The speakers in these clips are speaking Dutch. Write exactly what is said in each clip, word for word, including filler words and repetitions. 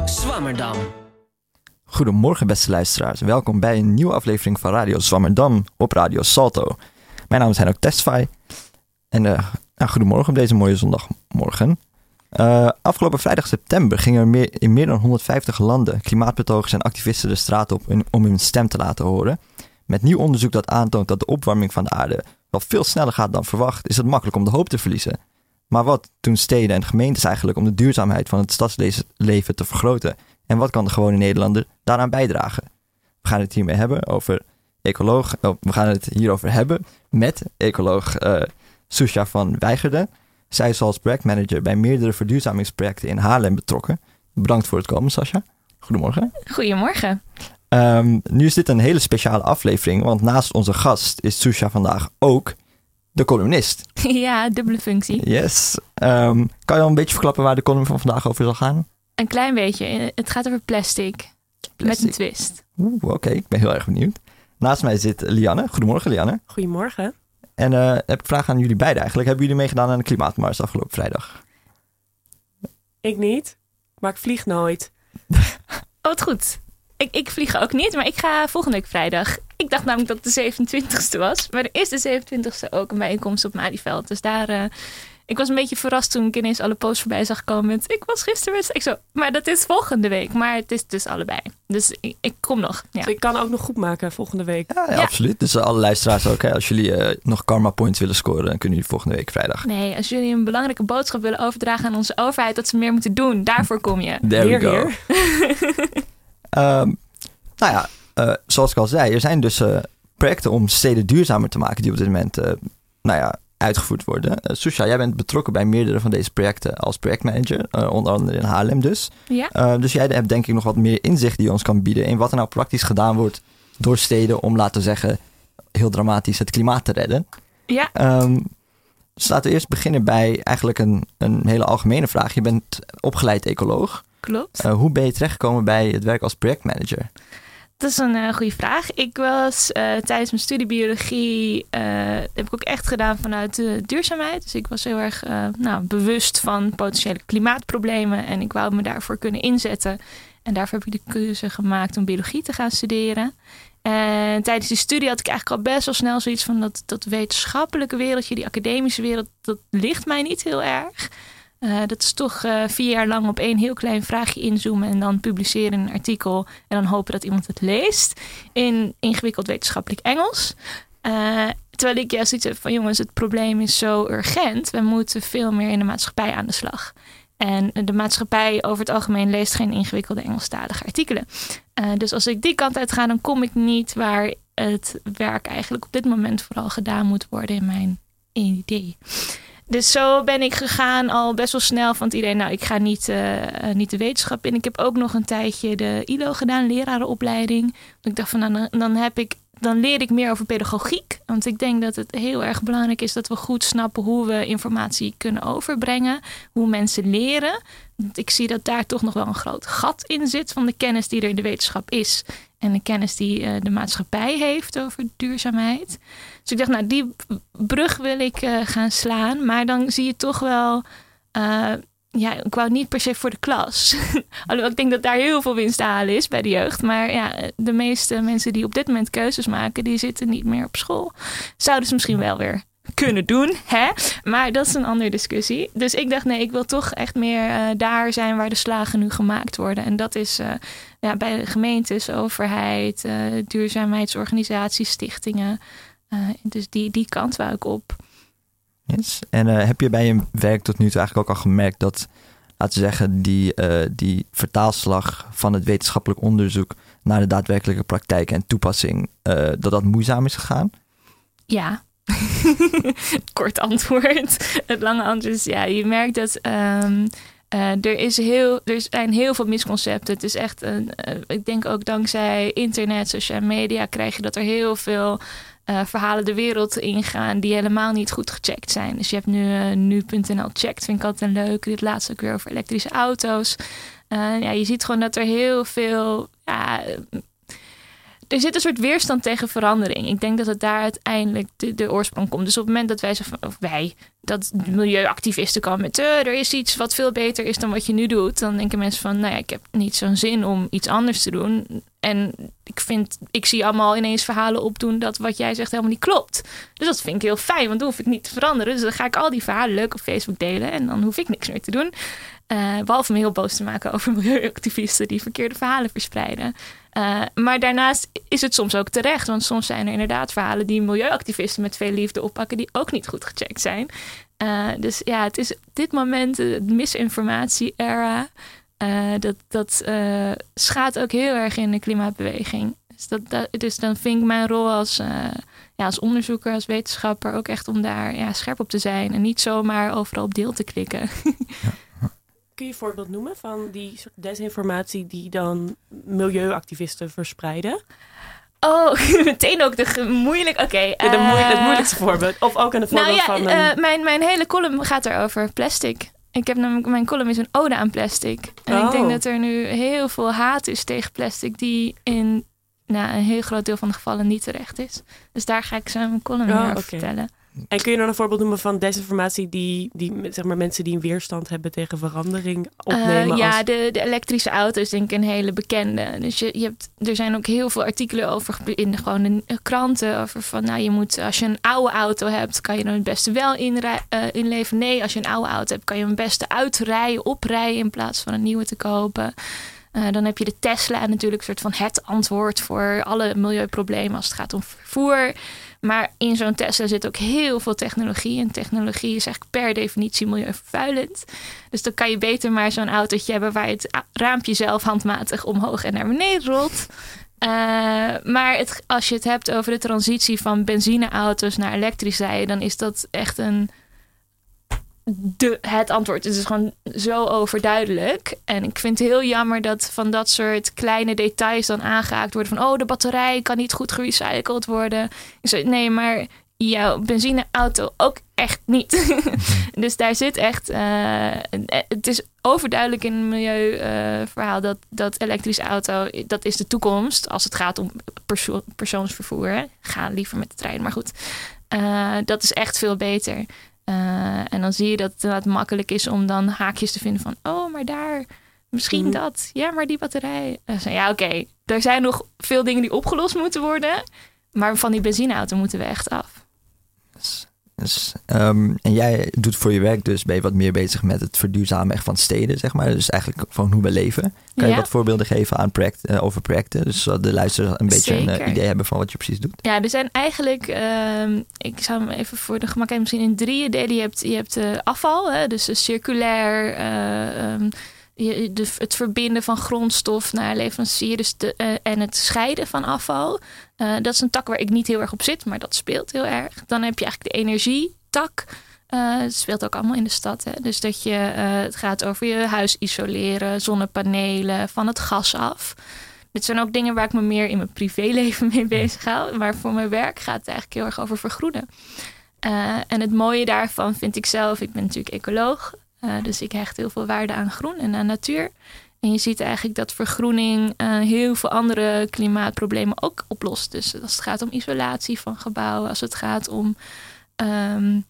Zwammerdam. Goedemorgen beste luisteraars, welkom bij een nieuwe aflevering van Radio Zwammerdam op Radio Salto. Mijn naam is Henok Tesfaye en uh, nou, goedemorgen op deze mooie zondagmorgen. Uh, afgelopen vrijdag september gingen er meer, in meer dan honderdvijftig landen klimaatbetogers en activisten de straat op in, om hun stem te laten horen. Met nieuw onderzoek dat aantoont dat de opwarming van de aarde wel veel sneller gaat dan verwacht, is het makkelijk om de hoop te verliezen. Maar wat doen steden en gemeentes eigenlijk om de duurzaamheid van het stadsleven te vergroten? En wat kan de gewone Nederlander daaraan bijdragen? We gaan het hiermee hebben over ecoloog. Oh, we gaan het hierover hebben met ecoloog uh, Susha van Wijgerden. Zij is als projectmanager bij meerdere verduurzamingsprojecten in Haarlem betrokken. Bedankt voor het komen, Sascha. Goedemorgen. Goedemorgen. Um, nu is dit een hele speciale aflevering, want naast onze gast is Susha vandaag ook de columnist. Ja, dubbele functie. Yes. Um, kan je al een beetje verklappen waar de column van vandaag over zal gaan? Een klein beetje. Het gaat over plastic. plastic. Met een twist. Oeh, oké. Okay. Ik ben heel erg benieuwd. Naast mij zit Lianne. Goedemorgen, Lianne. Goedemorgen. En uh, heb ik vragen aan jullie beiden eigenlijk. Hebben jullie meegedaan aan de klimaatmars afgelopen vrijdag? Ik niet, maar ik vlieg nooit. Oh, wat goed. Ik, ik vlieg ook niet, maar ik ga volgende week vrijdag. Ik dacht namelijk dat het de zevenentwintigste was. Maar er is de zevenentwintigste ook een bijeenkomst op Malieveld. Dus daar... Uh, ik was een beetje verrast toen ik ineens alle posts voorbij zag komen met... Ik was gisteren met... Ik zo, maar dat is volgende week. Maar het is dus allebei. Dus ik, ik kom nog. Ja. Dus ik kan ook nog goed maken volgende week. Ja, ja, ja. Absoluut. Dus alle luisteraars ook. Hè, als jullie uh, nog karma points willen scoren, dan kunnen jullie volgende week vrijdag. Nee, als jullie een belangrijke boodschap willen overdragen aan onze overheid... dat ze meer moeten doen, daarvoor kom je. There weer, we go. um, nou ja, uh, zoals ik al zei, er zijn dus uh, projecten om steden duurzamer te maken... die op dit moment, uh, nou ja... uitgevoerd worden. Uh, Susha, jij bent betrokken bij meerdere van deze projecten als projectmanager, uh, onder andere in Haarlem dus. Ja. Uh, dus jij hebt denk ik nog wat meer inzicht die je ons kan bieden in wat er nou praktisch gedaan wordt door steden om, laten we zeggen, heel dramatisch het klimaat te redden. Ja. Um, dus laten we eerst beginnen bij eigenlijk een, een hele algemene vraag. Je bent opgeleid ecoloog. Klopt. Uh, hoe ben je terechtgekomen bij het werk als projectmanager? Dat is een uh, goede vraag. Ik was uh, tijdens mijn studie biologie, uh, heb ik ook echt gedaan vanuit de duurzaamheid. Dus ik was heel erg uh, nou, bewust van potentiële klimaatproblemen. En ik wou me daarvoor kunnen inzetten. En daarvoor heb ik de keuze gemaakt om biologie te gaan studeren. En tijdens die studie had ik eigenlijk al best wel snel zoiets van dat, dat wetenschappelijke wereldje, die academische wereld, dat ligt mij niet heel erg. Uh, dat is toch uh, vier jaar lang op één heel klein vraagje inzoomen en dan publiceren in een artikel en dan hopen dat iemand het leest in ingewikkeld wetenschappelijk Engels. Uh, terwijl ik juist iets heb van jongens, het probleem is zo urgent. We moeten veel meer in de maatschappij aan de slag. En de maatschappij over het algemeen leest geen ingewikkelde Engelstalige artikelen. Uh, dus als ik die kant uit ga, dan kom ik niet waar het werk eigenlijk op dit moment vooral gedaan moet worden in mijn idee. Dus zo ben ik gegaan al best wel snel van het idee, nou, ik ga niet, uh, niet de wetenschap in. Ik heb ook nog een tijdje de I L O gedaan, lerarenopleiding. Want ik dacht van, nou, dan, heb ik, dan leer ik meer over pedagogiek. Want ik denk dat het heel erg belangrijk is dat we goed snappen hoe we informatie kunnen overbrengen. Hoe mensen leren. Want ik zie dat daar toch nog wel een groot gat in zit van de kennis die er in de wetenschap is. En de kennis die uh, de maatschappij heeft over duurzaamheid. Dus ik dacht, nou, die brug wil ik uh, gaan slaan. Maar dan zie je toch wel... Uh, ja, ik wou niet per se voor de klas. Alhoewel ik denk dat daar heel veel winst te halen is bij de jeugd. Maar ja, de meeste mensen die op dit moment keuzes maken, die zitten niet meer op school. Zouden ze misschien wel weer kunnen doen, hè? Maar dat is een andere discussie. Dus ik dacht, nee, ik wil toch echt meer uh, daar zijn waar de slagen nu gemaakt worden. En dat is uh, ja, bij de gemeentes, overheid, uh, duurzaamheidsorganisaties, stichtingen. Uh, dus die, die kant wou ik op. Yes. En uh, heb je bij je werk tot nu toe eigenlijk ook al gemerkt dat, laten we zeggen, die, uh, die vertaalslag van het wetenschappelijk onderzoek naar de daadwerkelijke praktijk en toepassing, uh, dat dat moeizaam is gegaan? Ja. Kort antwoord. Het lange antwoord is ja. Je merkt dat um, uh, er, is heel, er zijn heel veel misconcepten. Het is echt, een, uh, ik denk ook dankzij internet, sociale media, krijg je dat er heel veel uh, verhalen de wereld ingaan die helemaal niet goed gecheckt zijn. Dus je hebt nu uh, nu punt n l checkt, vind ik altijd een leuk. Dit laatste ook weer over elektrische auto's. Uh, ja, je ziet gewoon dat er heel veel... Ja, er zit een soort weerstand tegen verandering. Ik denk dat het daar uiteindelijk de, de oorsprong komt. Dus op het moment dat wij zo van, of wij, dat milieuactivisten komen met, uh, er is iets wat veel beter is dan wat je nu doet, dan denken mensen van, nou ja, ik heb niet zo'n zin om iets anders te doen. En ik vind, ik zie allemaal ineens verhalen opdoen dat wat jij zegt helemaal niet klopt. Dus dat vind ik heel fijn, want dan hoef ik niet te veranderen. Dus dan ga ik al die verhalen leuk op Facebook delen en dan hoef ik niks meer te doen. Uh, behalve me heel boos te maken over milieuactivisten die verkeerde verhalen verspreiden. Uh, maar daarnaast is het soms ook terecht. Want soms zijn er inderdaad verhalen die milieuactivisten met veel liefde oppakken die ook niet goed gecheckt zijn. Uh, dus ja, het is op dit moment de misinformatie-era. Uh, dat dat uh, schaadt ook heel erg in de klimaatbeweging. Dus, dat, dat, dus dan vind ik mijn rol als, uh, ja, als onderzoeker, als wetenschapper ook echt om daar ja, scherp op te zijn. En niet zomaar overal op deel te klikken. Ja. Kun je een voorbeeld noemen van die soort desinformatie die dan milieuactivisten verspreiden? Oh, meteen ook de moeilijk. Oké. Okay, ja, uh, moe- het moeilijkste voorbeeld. Of ook een voorbeeld nou ja, van. Een... Uh, mijn, mijn hele column gaat erover plastic. Ik heb namelijk, mijn column is een ode aan plastic. En oh. ik denk dat er nu heel veel haat is tegen plastic die in nou, een heel groot deel van de gevallen niet terecht is. Dus daar ga ik zo mijn column oh, over okay. vertellen. En kun je dan een voorbeeld noemen van desinformatie die, die zeg maar, mensen die een weerstand hebben tegen verandering opnemen? Uh, ja, als... de, de elektrische auto is denk ik een hele bekende. Dus je, je hebt, er zijn ook heel veel artikelen over in de, gewoon de kranten. Over van, nou, je moet, als je een oude auto hebt, kan je dan het beste wel inrij, uh, inleveren. Nee, als je een oude auto hebt, kan je hem het beste uitrijden, oprijden in plaats van een nieuwe te kopen. Uh, dan heb je de Tesla natuurlijk, een soort van het antwoord voor alle milieuproblemen als het gaat om vervoer. Maar in zo'n Tesla zit ook heel veel technologie. En technologie is eigenlijk per definitie milieuvervuilend. Dus dan kan je beter maar zo'n autootje hebben waar je het raampje zelf handmatig omhoog en naar beneden rolt. Uh, maar het, als je het hebt over de transitie van benzineauto's naar elektrisch rijden, dan is dat echt een de, het antwoord. Het is gewoon zo overduidelijk. En ik vind het heel jammer dat van dat soort kleine details dan aangehaakt worden. Van, oh, de batterij kan niet goed gerecycled worden. Dus, nee, maar jouw benzineauto ook echt niet. Dus daar zit echt... Uh, het is overduidelijk in het milieuverhaal uh, dat, dat elektrische auto, dat is de toekomst. Als het gaat om perso- persoonsvervoer. Hè. Ga liever met de trein, maar goed. Uh, dat is echt veel beter. Uh, en dan zie je dat het makkelijk is om dan haakjes te vinden van, oh, maar daar, misschien mm. dat. Ja, maar die batterij. Uh, zo, ja, oké. Okay. Er zijn nog veel dingen die opgelost moeten worden. Maar van die benzineauto moeten we echt af. Dus, dus, um, en jij doet voor je werk dus, ben je wat meer bezig met het verduurzamen echt van steden, zeg maar. Dus eigenlijk van hoe we leven. Kan je ja. wat voorbeelden geven aan project, uh, over projecten? Dus zodat de luisteraars een beetje Zeker. een uh, idee hebben van wat je precies doet. Ja, er zijn eigenlijk, uh, ik zou hem even voor de gemak even misschien in drieën delen. Je hebt, je hebt uh, afval, hè, dus uh, circulair, uh, um, je, de, het verbinden van grondstof naar leverancier dus de, uh, en het scheiden van afval. Uh, dat is een tak waar ik niet heel erg op zit, maar dat speelt heel erg. Dan heb je eigenlijk de energietak. Uh, het speelt ook allemaal in de stad. Hè? Dus dat je, uh, het gaat over je huis isoleren, zonnepanelen, van het gas af. Dit zijn ook dingen waar ik me meer in mijn privéleven mee bezig hou. Maar voor mijn werk gaat het eigenlijk heel erg over vergroenen. Uh, en het mooie daarvan vind ik zelf, ik ben natuurlijk ecoloog. Uh, dus ik hecht heel veel waarde aan groen en aan natuur. En je ziet eigenlijk dat vergroening uh, heel veel andere klimaatproblemen ook oplost. Dus als het gaat om isolatie van gebouwen, als het gaat om um,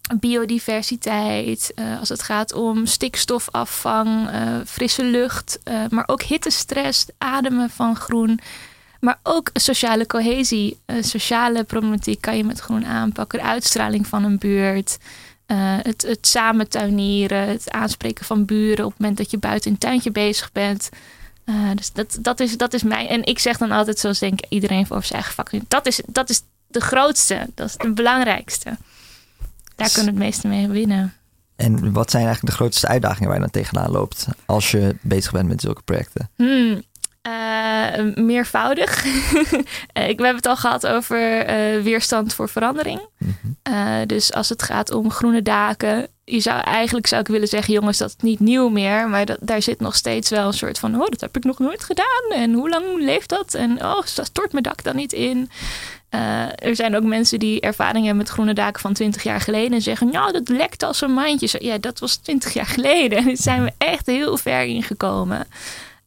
biodiversiteit, uh, als het gaat om stikstofafvang, uh, frisse lucht, uh, maar ook hittestress, ademen van groen. Maar ook sociale cohesie, uh, sociale problematiek kan je met groen aanpakken. De uitstraling van een buurt. Uh, het, het samen tuinieren, het aanspreken van buren op het moment dat je buiten in een tuintje bezig bent. Uh, dus dat, dat, is, dat is mij. En ik zeg dan altijd, zoals denk ik iedereen over zijn eigen vak. Dat is, dat is de grootste, dat is het belangrijkste. Daar kunnen we het meeste mee winnen. En wat zijn eigenlijk de grootste uitdagingen waar je dan tegenaan loopt als je bezig bent met zulke projecten? Hmm. Uh, meervoudig. ik, we hebben het al gehad over uh, weerstand voor verandering. Mm-hmm. Uh, dus als het gaat om groene daken. Je zou, eigenlijk zou ik willen zeggen, jongens, dat is niet nieuw meer. Maar dat, daar zit nog steeds wel een soort van, oh, dat heb ik nog nooit gedaan. En hoe lang leeft dat? En oh, stort mijn dak dan niet in? Uh, er zijn ook mensen die ervaring hebben met groene daken van twintig jaar geleden. En zeggen, nou, dat lekt als een mandje. Ja, dat was twintig jaar geleden. En daar zijn we echt heel ver in gekomen.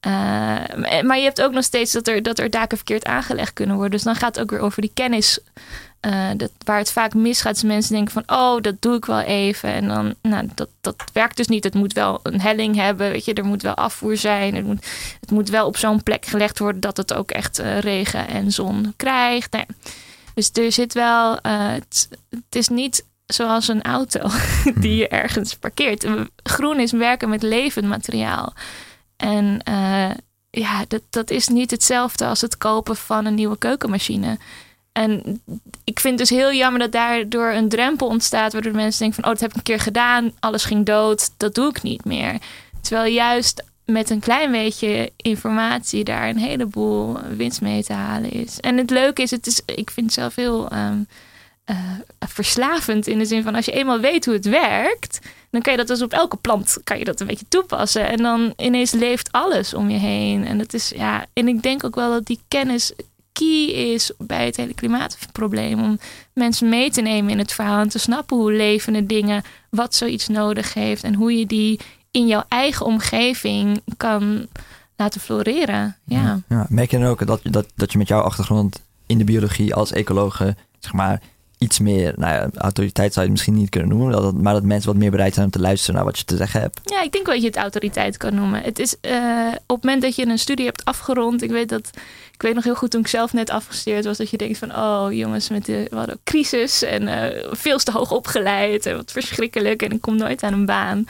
Uh, maar je hebt ook nog steeds dat er, dat er daken verkeerd aangelegd kunnen worden. Dus dan gaat het ook weer over die kennis. Uh, dat, waar het vaak misgaat, is mensen denken van... oh, dat doe ik wel even. En dan, nou, dat, dat werkt dus niet. Het moet wel een helling hebben, weet je. Er moet wel afvoer zijn. Het moet, het moet wel op zo'n plek gelegd worden... dat het ook echt uh, regen en zon krijgt. Nee. Dus er zit wel... Uh, het, het is niet zoals een auto die je ergens parkeert. Groen is werken met levend materiaal. En uh, ja, dat, dat is niet hetzelfde als het kopen van een nieuwe keukenmachine. En ik vind het dus heel jammer dat daardoor een drempel ontstaat... waardoor mensen denken van, oh, dat heb ik een keer gedaan. Alles ging dood, dat doe ik niet meer. Terwijl juist met een klein beetje informatie... daar een heleboel winst mee te halen is. En het leuke is, het is ik vind het zelf heel um, uh, verslavend... in de zin van, als je eenmaal weet hoe het werkt... dan kan je dat dus op elke plant kan je dat een beetje toepassen. En dan ineens leeft alles om je heen. En dat is, ja, en ik denk ook wel dat die kennis... key is bij het hele klimaatprobleem. Om mensen mee te nemen in het verhaal en te snappen hoe levende dingen, wat zoiets nodig heeft en hoe je die in jouw eigen omgeving kan laten floreren. Ja. Ja, ja. Merk je dan ook dat, dat, dat je met jouw achtergrond in de biologie als ecologe, zeg maar, iets meer, nou ja, autoriteit zou je het misschien niet kunnen noemen, dat, maar dat mensen wat meer bereid zijn om te luisteren naar wat je te zeggen hebt? Ja, ik denk wel dat je het autoriteit kan noemen. Het is uh, op het moment dat je een studie hebt afgerond, ik weet dat, ik weet nog heel goed toen ik zelf net afgestudeerd was, dat je denkt van, oh jongens, met de, we hadden crisis en uh, veel te hoog opgeleid en wat verschrikkelijk en ik kom nooit aan een baan.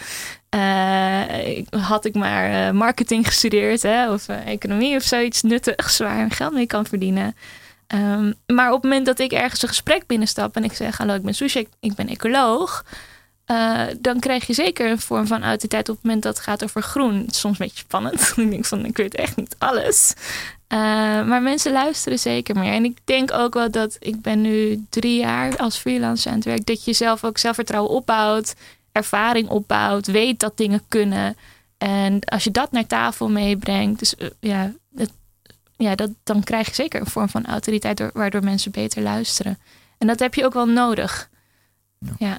Uh, had ik maar uh, marketing gestudeerd, hè, of uh, economie of zoiets nuttigs waar je geld mee kan verdienen. Um, maar op het moment dat ik ergens een gesprek binnenstap en ik zeg, hallo, ik ben Soesje, ik, ik ben ecoloog, uh, dan krijg je zeker een vorm van autoriteit op het moment dat het gaat over groen. Het is soms een beetje spannend. Ik denk van, ik weet echt niet alles. Uh, maar mensen luisteren zeker meer. En ik denk ook wel dat, ik ben nu drie jaar als freelancer aan het werk, dat je zelf ook zelfvertrouwen opbouwt, ervaring opbouwt, weet dat dingen kunnen. En als je dat naar tafel meebrengt, dus uh, ja, het, Ja, dat, dan krijg je zeker een vorm van autoriteit waardoor mensen beter luisteren. En dat heb je ook wel nodig. Ja. Ja.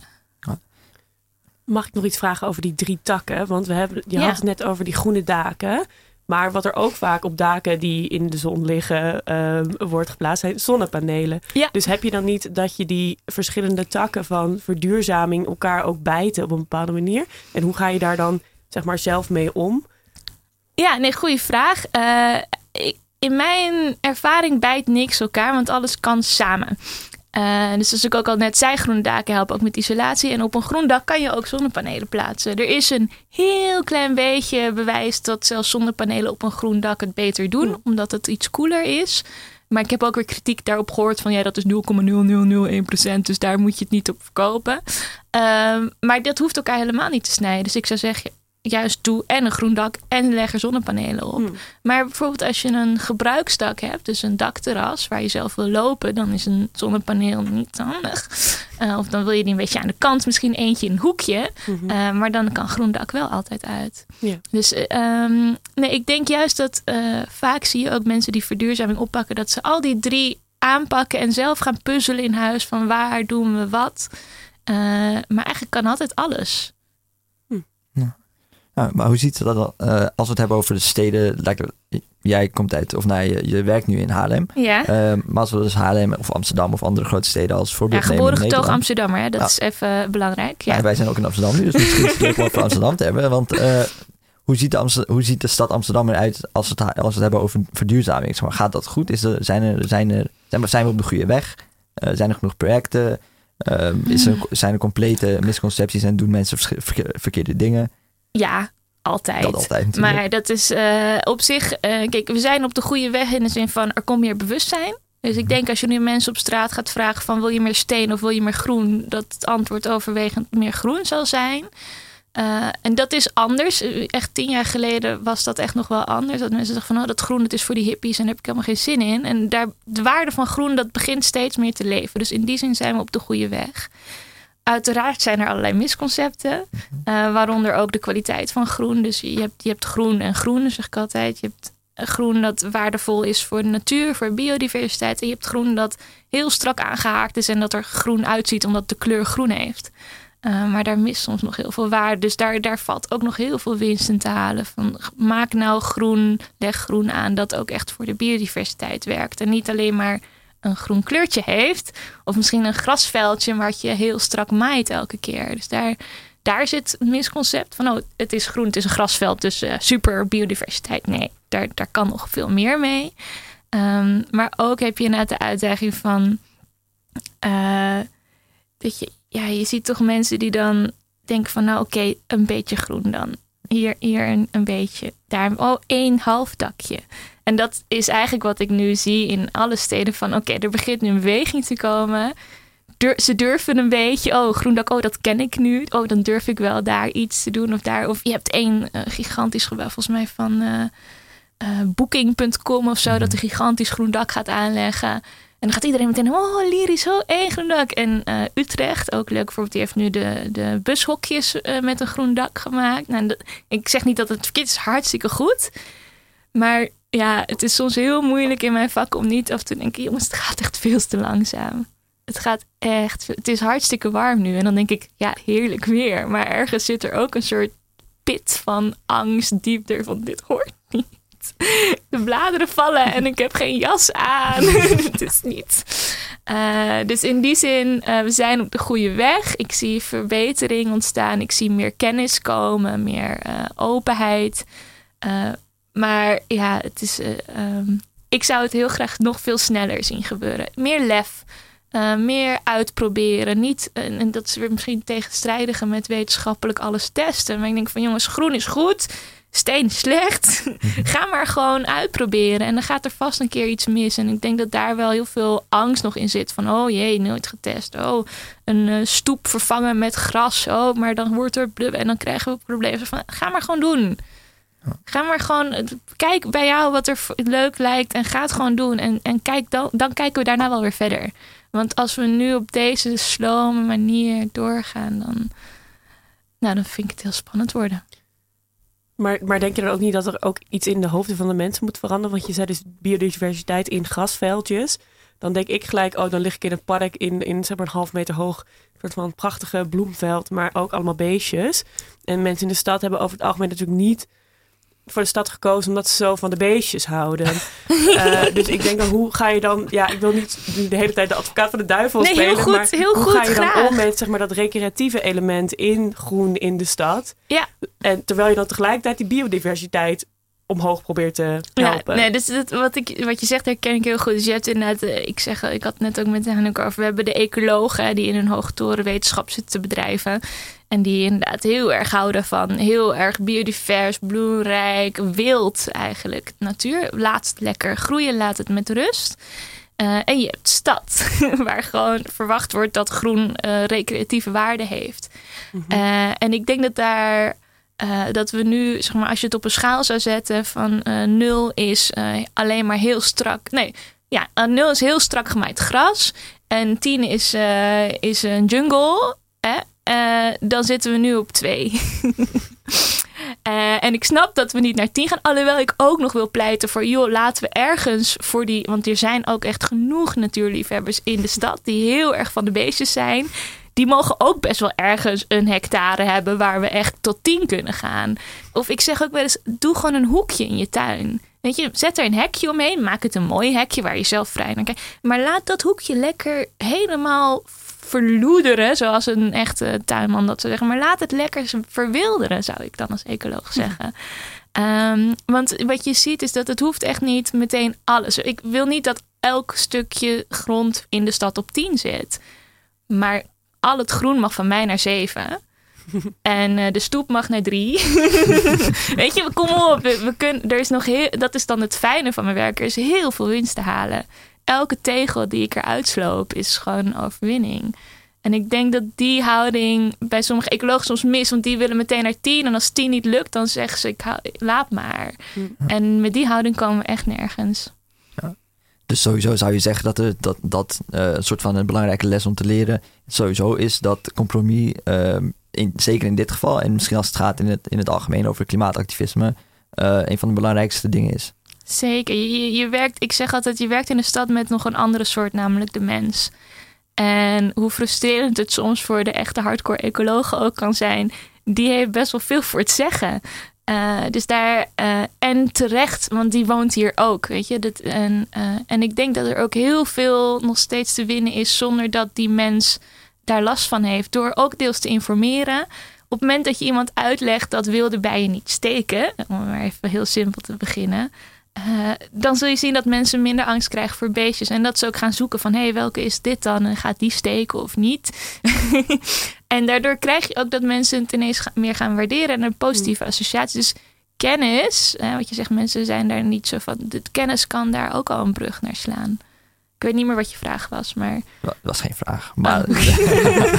Mag ik nog iets vragen over die drie takken? Want we hebben, je ja. had het net over die groene daken. Maar wat er ook vaak op daken die in de zon liggen um, wordt geplaatst, zijn zonnepanelen. Ja. Dus heb je dan niet dat je die verschillende takken van verduurzaming elkaar ook bijten op een bepaalde manier? En hoe ga je daar dan, zeg maar, zelf mee om? Ja, nee, goede vraag. Uh, ik, in mijn ervaring bijt niks elkaar, want alles kan samen. Uh, dus zoals ik ook al net zei, groene daken helpen ook met isolatie. En op een groen dak kan je ook zonnepanelen plaatsen. Er is een heel klein beetje bewijs dat zelfs zonnepanelen op een groen dak het beter doen. Mm. Omdat het iets koeler is. Maar ik heb ook weer kritiek daarop gehoord van, ja, dat is nul komma nul nul nul één procent. Dus daar moet je het niet op verkopen. Uh, maar dat hoeft elkaar helemaal niet te snijden. Dus ik zou zeggen, juist doe en een groen dak en leg er zonnepanelen op. Hmm. Maar bijvoorbeeld als je een gebruiksdak hebt, dus een dakterras waar je zelf wil lopen, dan is een zonnepaneel niet handig. Uh, of dan wil je die een beetje aan de kant, misschien eentje in een hoekje. Mm-hmm. Uh, maar dan kan groen dak wel altijd uit. Yeah. Dus uh, um, nee, ik denk juist dat uh, vaak zie je ook mensen die verduurzaming oppakken, dat ze al die drie aanpakken en zelf gaan puzzelen in huis van waar doen we wat. Uh, maar eigenlijk kan altijd alles. Ja, maar hoe ziet dat dan, uh, als we het hebben over de steden, like, jij komt uit, of nou, je, je werkt nu in Haarlem. Ja. Uh, maar als we dus Haarlem of Amsterdam of andere grote steden als voorbeeld ja, nemen. Geboren getogen Amsterdammer, hè? Dat nou, is even belangrijk. Ja. Ja, wij zijn ook in Amsterdam nu, dus misschien is het leuk om over Amsterdam te hebben. Want uh, hoe, ziet de Amster- hoe ziet de stad Amsterdam eruit als we het, als we het hebben over verduurzaming? Zeg maar, gaat dat goed? Is er, zijn, er, zijn, er, zijn, zijn we op de goede weg? Uh, zijn er genoeg projecten? Uh, is er, zijn er complete misconcepties en doen mensen verkeerde, verkeerde dingen? Ja, altijd. Dat altijd natuurlijk. Maar dat is uh, op zich... Uh, kijk, we zijn op de goede weg in de zin van er komt meer bewustzijn. Dus ik denk als je nu mensen op straat gaat vragen van wil je meer steen of wil je meer groen, dat het antwoord overwegend meer groen zal zijn. Uh, en dat is anders. Echt tien jaar geleden was dat echt nog wel anders. Dat mensen zeggen van oh, dat groen dat is voor die hippies en daar heb ik helemaal geen zin in. En daar, de waarde van groen dat begint steeds meer te leven. Dus in die zin zijn we op de goede weg. Uiteraard zijn er allerlei misconcepten, uh, waaronder ook de kwaliteit van groen. Dus je hebt, je hebt groen en groen, zeg ik altijd. Je hebt groen dat waardevol is voor de natuur, voor biodiversiteit. En je hebt groen dat heel strak aangehaakt is en dat er groen uitziet omdat de kleur groen heeft. Uh, maar daar mist soms nog heel veel waarde. Dus daar, daar valt ook nog heel veel winst in te halen. Van, maak nou groen, leg groen aan dat ook echt voor de biodiversiteit werkt. En niet alleen maar een groen kleurtje heeft. Of misschien een grasveldje wat je heel strak maait elke keer. Dus daar, daar zit een misconcept van... oh, het is groen, het is een grasveld, dus uh, super biodiversiteit. Nee, daar, daar kan nog veel meer mee. Um, maar ook heb je inderdaad de uitdaging van... Uh, dat je, ja, je ziet toch mensen die dan denken van... nou oké, okay, een beetje groen dan. Hier, hier een, een beetje. Daar, oh, één half dakje. En dat is eigenlijk wat ik nu zie in alle steden. Van oké, okay, er begint nu een beweging te komen. Dur- ze durven een beetje. Oh, groen dak, oh, dat ken ik nu. Oh, dan durf ik wel daar iets te doen. Of, daar, of je hebt één uh, gigantisch gebouw, volgens mij van uh, uh, booking punt com of zo. Mm-hmm. Dat een gigantisch groen dak gaat aanleggen. En dan gaat iedereen meteen, oh, lyrisch, oh, één groen dak. En uh, Utrecht, ook leuk, bijvoorbeeld, die heeft nu de, de bushokjes uh, met een groen dak gemaakt. Nou, dat, ik zeg niet dat het verkeerd is, hartstikke goed. Maar ja, het is soms heel moeilijk in mijn vak om niet af te denken... jongens, het gaat echt veel te langzaam. Het gaat echt... Het is hartstikke warm nu. En dan denk ik, ja, heerlijk weer. Maar ergens zit er ook een soort pit van angst diep er van... dit hoort niet. De bladeren vallen en ik heb geen jas aan. Het is niet. Uh, dus in die zin, uh, we zijn op de goede weg. Ik zie verbetering ontstaan. Ik zie meer kennis komen, meer uh, openheid... Uh, Maar ja, het is, uh, um, ik zou het heel graag nog veel sneller zien gebeuren. Meer lef, uh, meer uitproberen. Niet, uh, en dat is weer misschien tegenstrijdige met wetenschappelijk alles testen. Maar ik denk van jongens, groen is goed, steen is slecht. Ga maar gewoon uitproberen. En dan gaat er vast een keer iets mis. En ik denk dat daar wel heel veel angst nog in zit. Van oh jee, nooit getest. Oh, een uh, stoep vervangen met gras. Oh, maar dan wordt er blub. En dan krijgen we problemen. Van, ga maar gewoon doen. Ga maar gewoon, kijk bij jou wat er leuk lijkt en ga het gewoon doen. En, en kijk dan, dan kijken we daarna wel weer verder. Want als we nu op deze slome manier doorgaan, dan, nou, dan vind ik het heel spannend worden. Maar, maar denk je dan ook niet dat er ook iets in de hoofden van de mensen moet veranderen? Want je zei dus biodiversiteit in grasveldjes. Dan denk ik gelijk, oh, dan lig ik in een park in, in zeg maar een half meter hoog. Een soort van een prachtige bloemveld, maar ook allemaal beestjes. En mensen in de stad hebben over het algemeen natuurlijk niet voor de stad gekozen omdat ze zo van de beestjes houden. uh, dus ik denk dan, hoe ga je dan... Ja, ik wil niet de hele tijd de advocaat van de duivel nee, spelen. Heel goed, maar heel hoe goed, ga je graag. dan om met zeg maar, dat recreatieve element in groen in de stad? Ja. En terwijl je dan tegelijkertijd die biodiversiteit omhoog probeert te helpen. Ja, nee, dus dat, wat, ik, wat je zegt herken ik heel goed. Dus je hebt inderdaad, ik zeg, ik had het net ook met Hanneke over, we hebben de ecologen die in een hoge toren wetenschap zitten te bedrijven. En die inderdaad heel erg houden van heel erg biodivers, bloemrijk, wild eigenlijk. Natuur, laat het lekker groeien, laat het met rust. Uh, en je hebt stad, waar gewoon verwacht wordt dat groen uh, recreatieve waarde heeft. Mm-hmm. Uh, en ik denk dat daar... Uh, dat we nu, zeg maar, als je het op een schaal zou zetten van uh, nul is uh, alleen maar heel strak. Nee, ja, uh, nul is heel strak gemaaid gras. En tien is, uh, is een jungle. Hè? Uh, dan zitten we nu op twee. uh, en ik snap dat we niet naar tien gaan. Alhoewel ik ook nog wil pleiten voor, joh, laten we ergens voor die... Want er zijn ook echt genoeg natuurliefhebbers in de stad die heel erg van de beestjes zijn. Die mogen ook best wel ergens een hectare hebben waar we echt tot tien kunnen gaan. Of ik zeg ook wel eens, doe gewoon een hoekje in je tuin. Weet je, zet er een hekje omheen. Maak het een mooi hekje waar je zelf vrij naar kijkt. Maar laat dat hoekje lekker helemaal verloederen. Zoals een echte tuinman dat zou zeggen. Maar laat het lekker verwilderen, zou ik dan als ecoloog zeggen. Ja. Um, want wat je ziet is dat het hoeft echt niet meteen alles. Ik wil niet dat elk stukje grond in de stad op tien zit. Maar al het groen mag van mij naar zeven. En uh, de stoep mag naar drie. Weet je, kom op. We, we kunnen, er is nog heel, dat is dan het fijne van mijn werk. Er is heel veel winst te halen. Elke tegel die ik eruit sloop is gewoon een overwinning. En ik denk dat die houding bij sommige ecologen soms mis. Want die willen meteen naar tien. En als tien niet lukt, dan zeggen ze, ik hou, laat maar. Ja. En met die houding komen we echt nergens. Ja. Dus sowieso zou je zeggen dat er, dat, dat uh, een soort van een belangrijke les om te leren sowieso is dat compromis, uh, in, zeker in dit geval, en misschien als het gaat in het, in het algemeen over klimaatactivisme, uh, een van de belangrijkste dingen is. Zeker. Je, je werkt, ik zeg altijd, je werkt in de stad met nog een andere soort, namelijk de mens. En hoe frustrerend het soms voor de echte hardcore ecologen ook kan zijn. Die heeft best wel veel voor het zeggen. Uh, dus daar, uh, en terecht, want die woont hier ook, weet je. Dat, en, uh, en ik denk dat er ook heel veel nog steeds te winnen is zonder dat die mens daar last van heeft. Door ook deels te informeren. Op het moment dat je iemand uitlegt dat wilde bijen niet steken, om maar even heel simpel te beginnen, uh, dan zul je zien dat mensen minder angst krijgen voor beestjes. En dat ze ook gaan zoeken van, hé, hey, welke is dit dan? En gaat die steken of niet? En daardoor krijg je ook dat mensen het ineens meer gaan waarderen en een positieve associatie. Dus kennis, hè, wat je zegt, mensen zijn daar niet zo van. De kennis kan daar ook al een brug naar slaan. Ik weet niet meer wat je vraag was, maar... Dat was geen vraag, maar... Oh.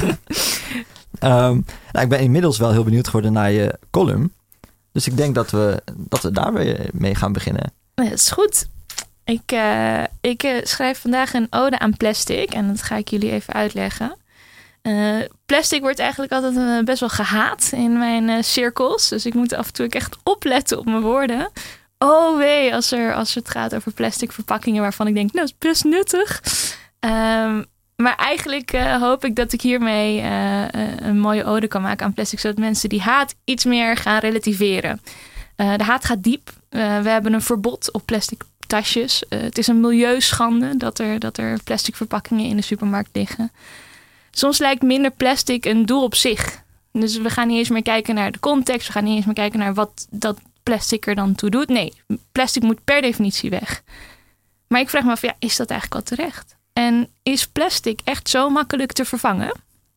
um, nou, ik ben inmiddels wel heel benieuwd geworden naar je column. Dus ik denk dat we, dat we daar weer mee gaan beginnen. Dat is goed. Ik, uh, ik uh, schrijf vandaag een ode aan plastic. En dat ga ik jullie even uitleggen. Uh, plastic wordt eigenlijk altijd uh, best wel gehaat in mijn uh, cirkels. Dus ik moet af en toe ook echt opletten op mijn woorden. Oh wee, als, er, als het gaat over plastic verpakkingen waarvan ik denk, nou, dat is best nuttig. Um, maar eigenlijk uh, hoop ik dat ik hiermee uh, een mooie ode kan maken aan plastic. Zodat mensen die haat iets meer gaan relativeren. Uh, de haat gaat diep. Uh, we hebben een verbod op plastic tasjes. Uh, het is een milieuschande dat er, dat er plastic verpakkingen in de supermarkt liggen. Soms lijkt minder plastic een doel op zich. Dus we gaan niet eens meer kijken naar de context. We gaan niet eens meer kijken naar wat dat plastic er dan toe doet. Nee, plastic moet per definitie weg. Maar ik vraag me af, ja, is dat eigenlijk wel terecht? En is plastic echt zo makkelijk te vervangen?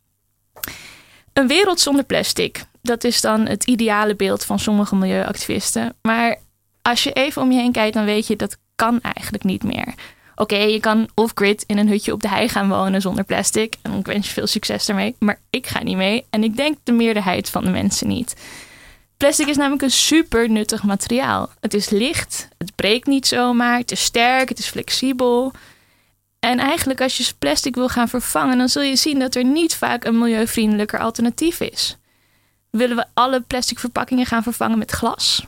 Een wereld zonder plastic, dat is dan het ideale beeld van sommige milieuactivisten. Maar als je even om je heen kijkt, dan weet je dat kan eigenlijk niet meer. Oké, okay, je kan off-grid in een hutje op de hei gaan wonen zonder plastic. En ik wens je veel succes daarmee. Maar ik ga niet mee. En ik denk de meerderheid van de mensen niet. Plastic is namelijk een super nuttig materiaal. Het is licht, het breekt niet zomaar, het is sterk, het is flexibel. En eigenlijk als je plastic wil gaan vervangen, dan zul je zien dat er niet vaak een milieuvriendelijker alternatief is. Willen we alle plastic verpakkingen gaan vervangen met glas?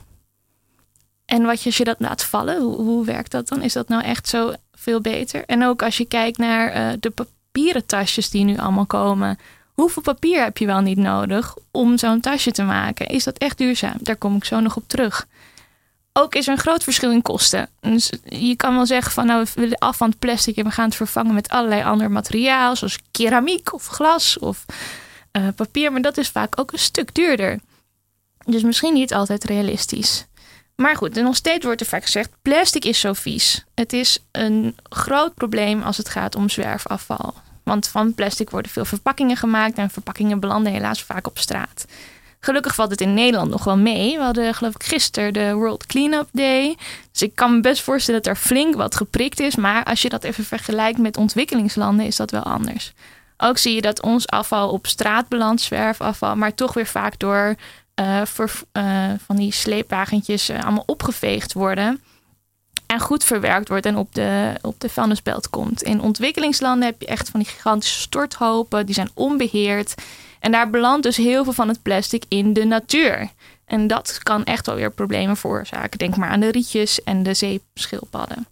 En wat je, als je dat laat vallen, hoe, hoe werkt dat dan? Is dat nou echt zo veel beter? En ook als je kijkt naar uh, de papieren tasjes die nu allemaal komen. Hoeveel papier heb je wel niet nodig om zo'n tasje te maken? Is dat echt duurzaam? Daar kom ik zo nog op terug. Ook is er een groot verschil in kosten. Dus je kan wel zeggen van, nou, we willen af van het plastic en we gaan het vervangen met allerlei ander materiaal, zoals keramiek of glas of uh, papier. Maar dat is vaak ook een stuk duurder. Dus misschien niet altijd realistisch. Maar goed, en nog steeds wordt er vaak gezegd, plastic is zo vies. Het is een groot probleem als het gaat om zwerfafval. Want van plastic worden veel verpakkingen gemaakt en verpakkingen belanden helaas vaak op straat. Gelukkig valt het in Nederland nog wel mee. We hadden geloof ik gisteren de World Cleanup Day. Dus ik kan me best voorstellen dat er flink wat geprikt is. Maar als je dat even vergelijkt met ontwikkelingslanden is dat wel anders. Ook zie je dat ons afval op straat belandt, zwerfafval, maar toch weer vaak door uh, voor, uh, van die sleepwagentjes uh, allemaal opgeveegd worden. En goed verwerkt wordt en op de, op de vuilnisbelt komt. In ontwikkelingslanden heb je echt van die gigantische storthopen. Die zijn onbeheerd. En daar belandt dus heel veel van het plastic in de natuur. En dat kan echt wel weer problemen veroorzaken. Denk maar aan de rietjes en de zeeschildpadden.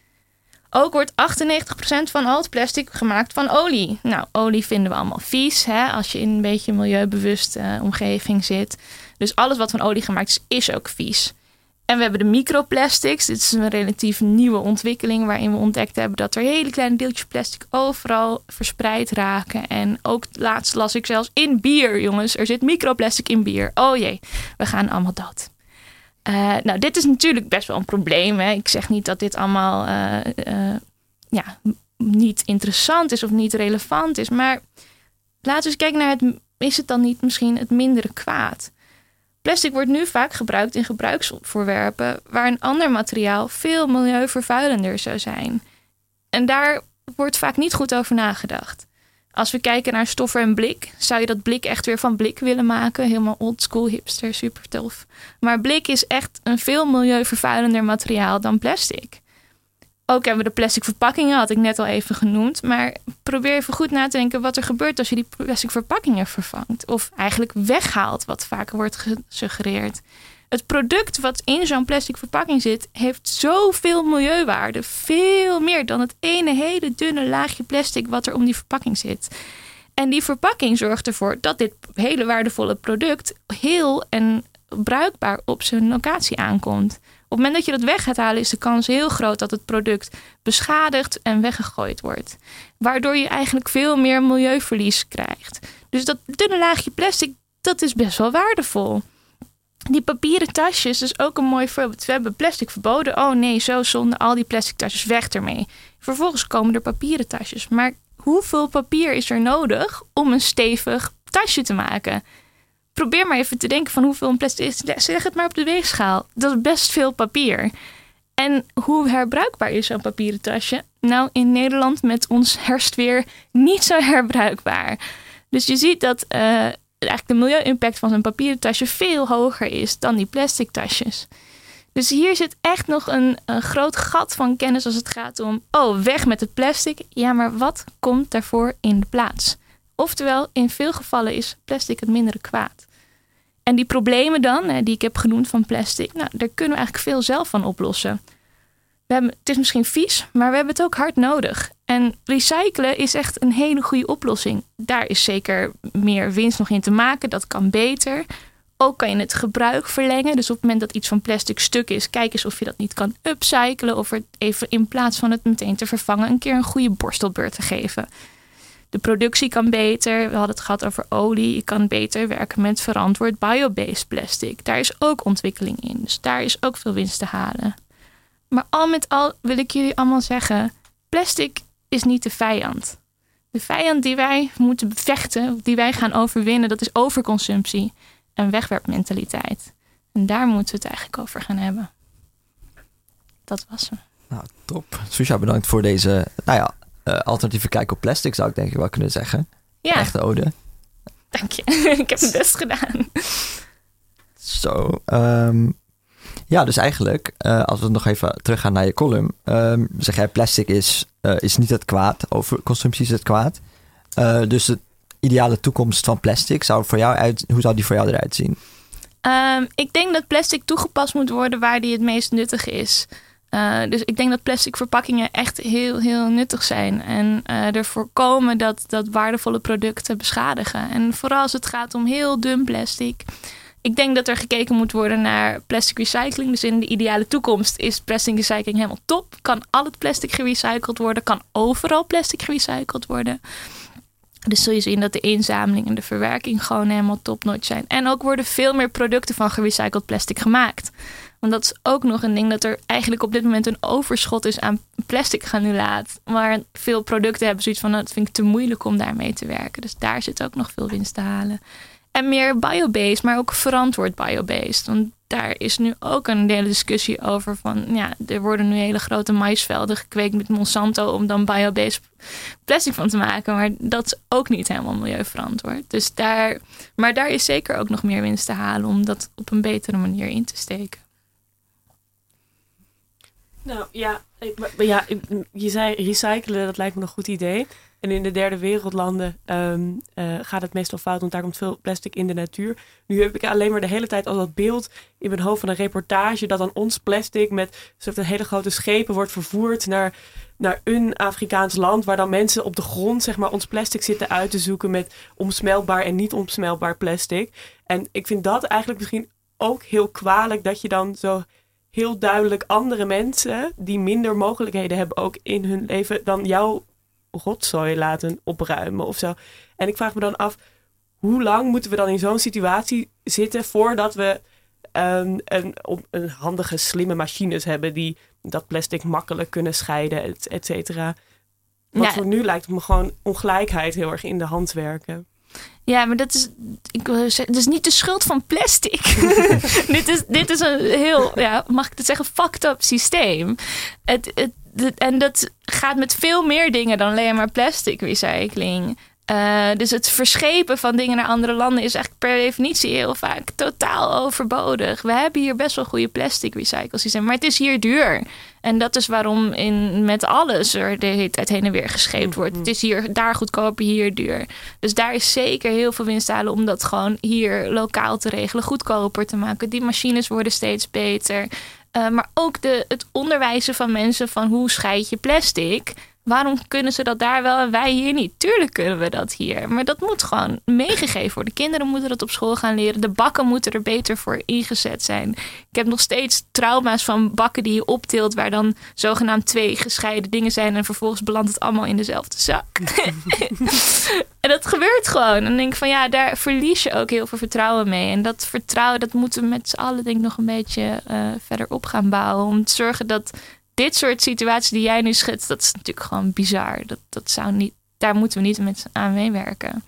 Ook wordt achtennegentig procent van al het plastic gemaakt van olie. Nou, olie vinden we allemaal vies, hè, als je in een beetje een milieubewuste uh, omgeving zit. Dus alles wat van olie gemaakt is, is ook vies. En we hebben de microplastics. Dit is een relatief nieuwe ontwikkeling waarin we ontdekt hebben dat er hele kleine deeltjes plastic overal verspreid raken. En ook laatst las ik zelfs in bier, jongens. Er zit microplastic in bier. Oh jee, we gaan allemaal dood. Uh, nou, dit is natuurlijk best wel een probleem. Hè. Ik zeg niet dat dit allemaal uh, uh, ja, niet interessant is of niet relevant is. Maar laten we eens kijken naar het, is het dan niet misschien het mindere kwaad? Plastic wordt nu vaak gebruikt in gebruiksvoorwerpen waar een ander materiaal veel milieuvervuilender zou zijn. En daar wordt vaak niet goed over nagedacht. Als we kijken naar stoffen en blik, zou je dat blik echt weer van blik willen maken. Helemaal oldschool, hipster, super tof. Maar blik is echt een veel milieuvervuilender materiaal dan plastic. Ook hebben we de plastic verpakkingen, had ik net al even genoemd. Maar probeer even goed na te denken wat er gebeurt als je die plastic verpakkingen vervangt. Of eigenlijk weghaalt, wat vaak wordt gesuggereerd. Het product wat in zo'n plastic verpakking zit, heeft zoveel milieuwaarde. Veel meer dan het ene hele dunne laagje plastic wat er om die verpakking zit. En die verpakking zorgt ervoor dat dit hele waardevolle product heel en bruikbaar op zijn locatie aankomt. Op het moment dat je dat weg gaat halen, is de kans heel groot dat het product beschadigd en weggegooid wordt. Waardoor je eigenlijk veel meer milieuverlies krijgt. Dus dat dunne laagje plastic, dat is best wel waardevol. Die papieren tasjes is ook een mooi voorbeeld. We hebben plastic verboden. Oh nee, zo zonde, al die plastic tasjes, weg ermee. Vervolgens komen er papieren tasjes. Maar hoeveel papier is er nodig om een stevig tasje te maken? Probeer maar even te denken van hoeveel een plastic is. Zeg het maar op de weegschaal. Dat is best veel papier. En hoe herbruikbaar is zo'n papieren tasje? Nou, in Nederland met ons herfstweer niet zo herbruikbaar. Dus je ziet dat uh, eigenlijk de milieu-impact van zo'n papieren tasje veel hoger is dan die plastic tasjes. Dus hier zit echt nog een, een groot gat van kennis als het gaat om, oh, weg met het plastic. Ja, maar wat komt daarvoor in de plaats? Oftewel, in veel gevallen is plastic het mindere kwaad. En die problemen dan, die ik heb genoemd van plastic, nou, daar kunnen we eigenlijk veel zelf van oplossen. We hebben, het is misschien vies, maar we hebben het ook hard nodig. En recyclen is echt een hele goede oplossing. Daar is zeker meer winst nog in te maken, dat kan beter. Ook kan je het gebruik verlengen. Dus op het moment dat iets van plastic stuk is, kijk eens of je dat niet kan upcyclen. Of er even in plaats van het meteen te vervangen, een keer een goede borstelbeurt te geven. De productie kan beter. We hadden het gehad over olie. Je kan beter werken met verantwoord biobased plastic. Daar is ook ontwikkeling in. Dus daar is ook veel winst te halen. Maar al met al wil ik jullie allemaal zeggen, plastic is niet de vijand. De vijand die wij moeten bevechten, die wij gaan overwinnen, dat is overconsumptie en wegwerpmentaliteit. En daar moeten we het eigenlijk over gaan hebben. Dat was hem. Nou, top. Susha, bedankt voor deze, nou ja, uh, alternatieve kijk op plastic, zou ik denk ik wel kunnen zeggen. Ja. Echte ode. Dank je. Ik heb het best gedaan. Zo. Um, ja, dus eigenlijk, uh, als we nog even teruggaan naar je column, um, zeg jij plastic is, uh, is niet het kwaad, overconsumptie is het kwaad. Uh, dus de ideale toekomst van plastic, zou voor jou uit, hoe zou die voor jou eruit zien? Um, ik denk dat plastic toegepast moet worden waar die het meest nuttig is. Uh, dus ik denk dat plastic verpakkingen echt heel, heel nuttig zijn. En uh, er voorkomen dat, dat waardevolle producten beschadigen. En vooral als het gaat om heel dun plastic. Ik denk dat er gekeken moet worden naar plastic recycling. Dus in de ideale toekomst is plastic recycling helemaal top. Kan al het plastic gerecycled worden. Kan overal plastic gerecycled worden. Dus zul je zien dat de inzameling en de verwerking gewoon helemaal topnotch zijn. En ook worden veel meer producten van gerecycled plastic gemaakt. Want dat is ook nog een ding dat er eigenlijk op dit moment een overschot is aan plastic granulaat. Maar veel producten hebben zoiets van, nou, dat vind ik te moeilijk om daarmee te werken. Dus daar zit ook nog veel winst te halen. En meer biobased, maar ook verantwoord biobased. Want daar is nu ook een hele discussie over van, ja, er worden nu hele grote maïsvelden gekweekt met Monsanto om dan biobased plastic van te maken. Maar dat is ook niet helemaal milieuverantwoord. Dus daar, maar daar is zeker ook nog meer winst te halen om dat op een betere manier in te steken. Nou ja, ik, ja, je zei recyclen, dat lijkt me een goed idee. En in de derde wereldlanden um, uh, gaat het meestal fout, want daar komt veel plastic in de natuur. Nu heb ik alleen maar de hele tijd al dat beeld in mijn hoofd van een reportage dat dan ons plastic met soort een hele grote schepen wordt vervoerd naar, naar een Afrikaans land, waar dan mensen op de grond zeg maar ons plastic zitten uit te zoeken met omsmeltbaar en niet omsmeltbaar plastic. En ik vind dat eigenlijk misschien ook heel kwalijk, dat je dan zo heel duidelijk andere mensen die minder mogelijkheden hebben ook in hun leven dan jouw rotzooi laten opruimen of zo. En ik vraag me dan af, hoe lang moeten we dan in zo'n situatie zitten voordat we um, een, een handige, slimme machines hebben die dat plastic makkelijk kunnen scheiden, et, et cetera. Want ja, voor nu lijkt het me gewoon ongelijkheid heel erg in de hand werken. Ja, maar dat is, ik wil zeggen, dat is niet de schuld van plastic. dit, is, dit is een heel, ja, mag ik het zeggen, fucked up systeem. Het, het, het, en dat gaat met veel meer dingen dan alleen maar plastic recycling. Uh, dus het verschepen van dingen naar andere landen is eigenlijk per definitie heel vaak totaal overbodig. We hebben hier best wel goede plastic recyclesystemen, maar het is hier duur. En dat is waarom in, met alles er de hele tijd heen en weer gescheept wordt. Het is hier daar goedkoper, hier duur. Dus daar is zeker heel veel winst te halen om dat gewoon hier lokaal te regelen, goedkoper te maken. Die machines worden steeds beter. Uh, maar ook de, het onderwijzen van mensen van hoe scheid je plastic. Waarom kunnen ze dat daar wel en wij hier niet? Tuurlijk kunnen we dat hier. Maar dat moet gewoon meegegeven worden. Kinderen moeten dat op school gaan leren. De bakken moeten er beter voor ingezet zijn. Ik heb nog steeds trauma's van bakken die je optilt, waar dan zogenaamd twee gescheiden dingen zijn en vervolgens belandt het allemaal in dezelfde zak. En dat gebeurt gewoon. En dan denk ik van ja, daar verlies je ook heel veel vertrouwen mee. En dat vertrouwen, dat moeten we met z'n allen denk ik nog een beetje uh, verder op gaan bouwen. Om te zorgen dat dit soort situaties die jij nu schetst, dat is natuurlijk gewoon bizar. Dat, dat zou niet, daar moeten we niet met aan meewerken.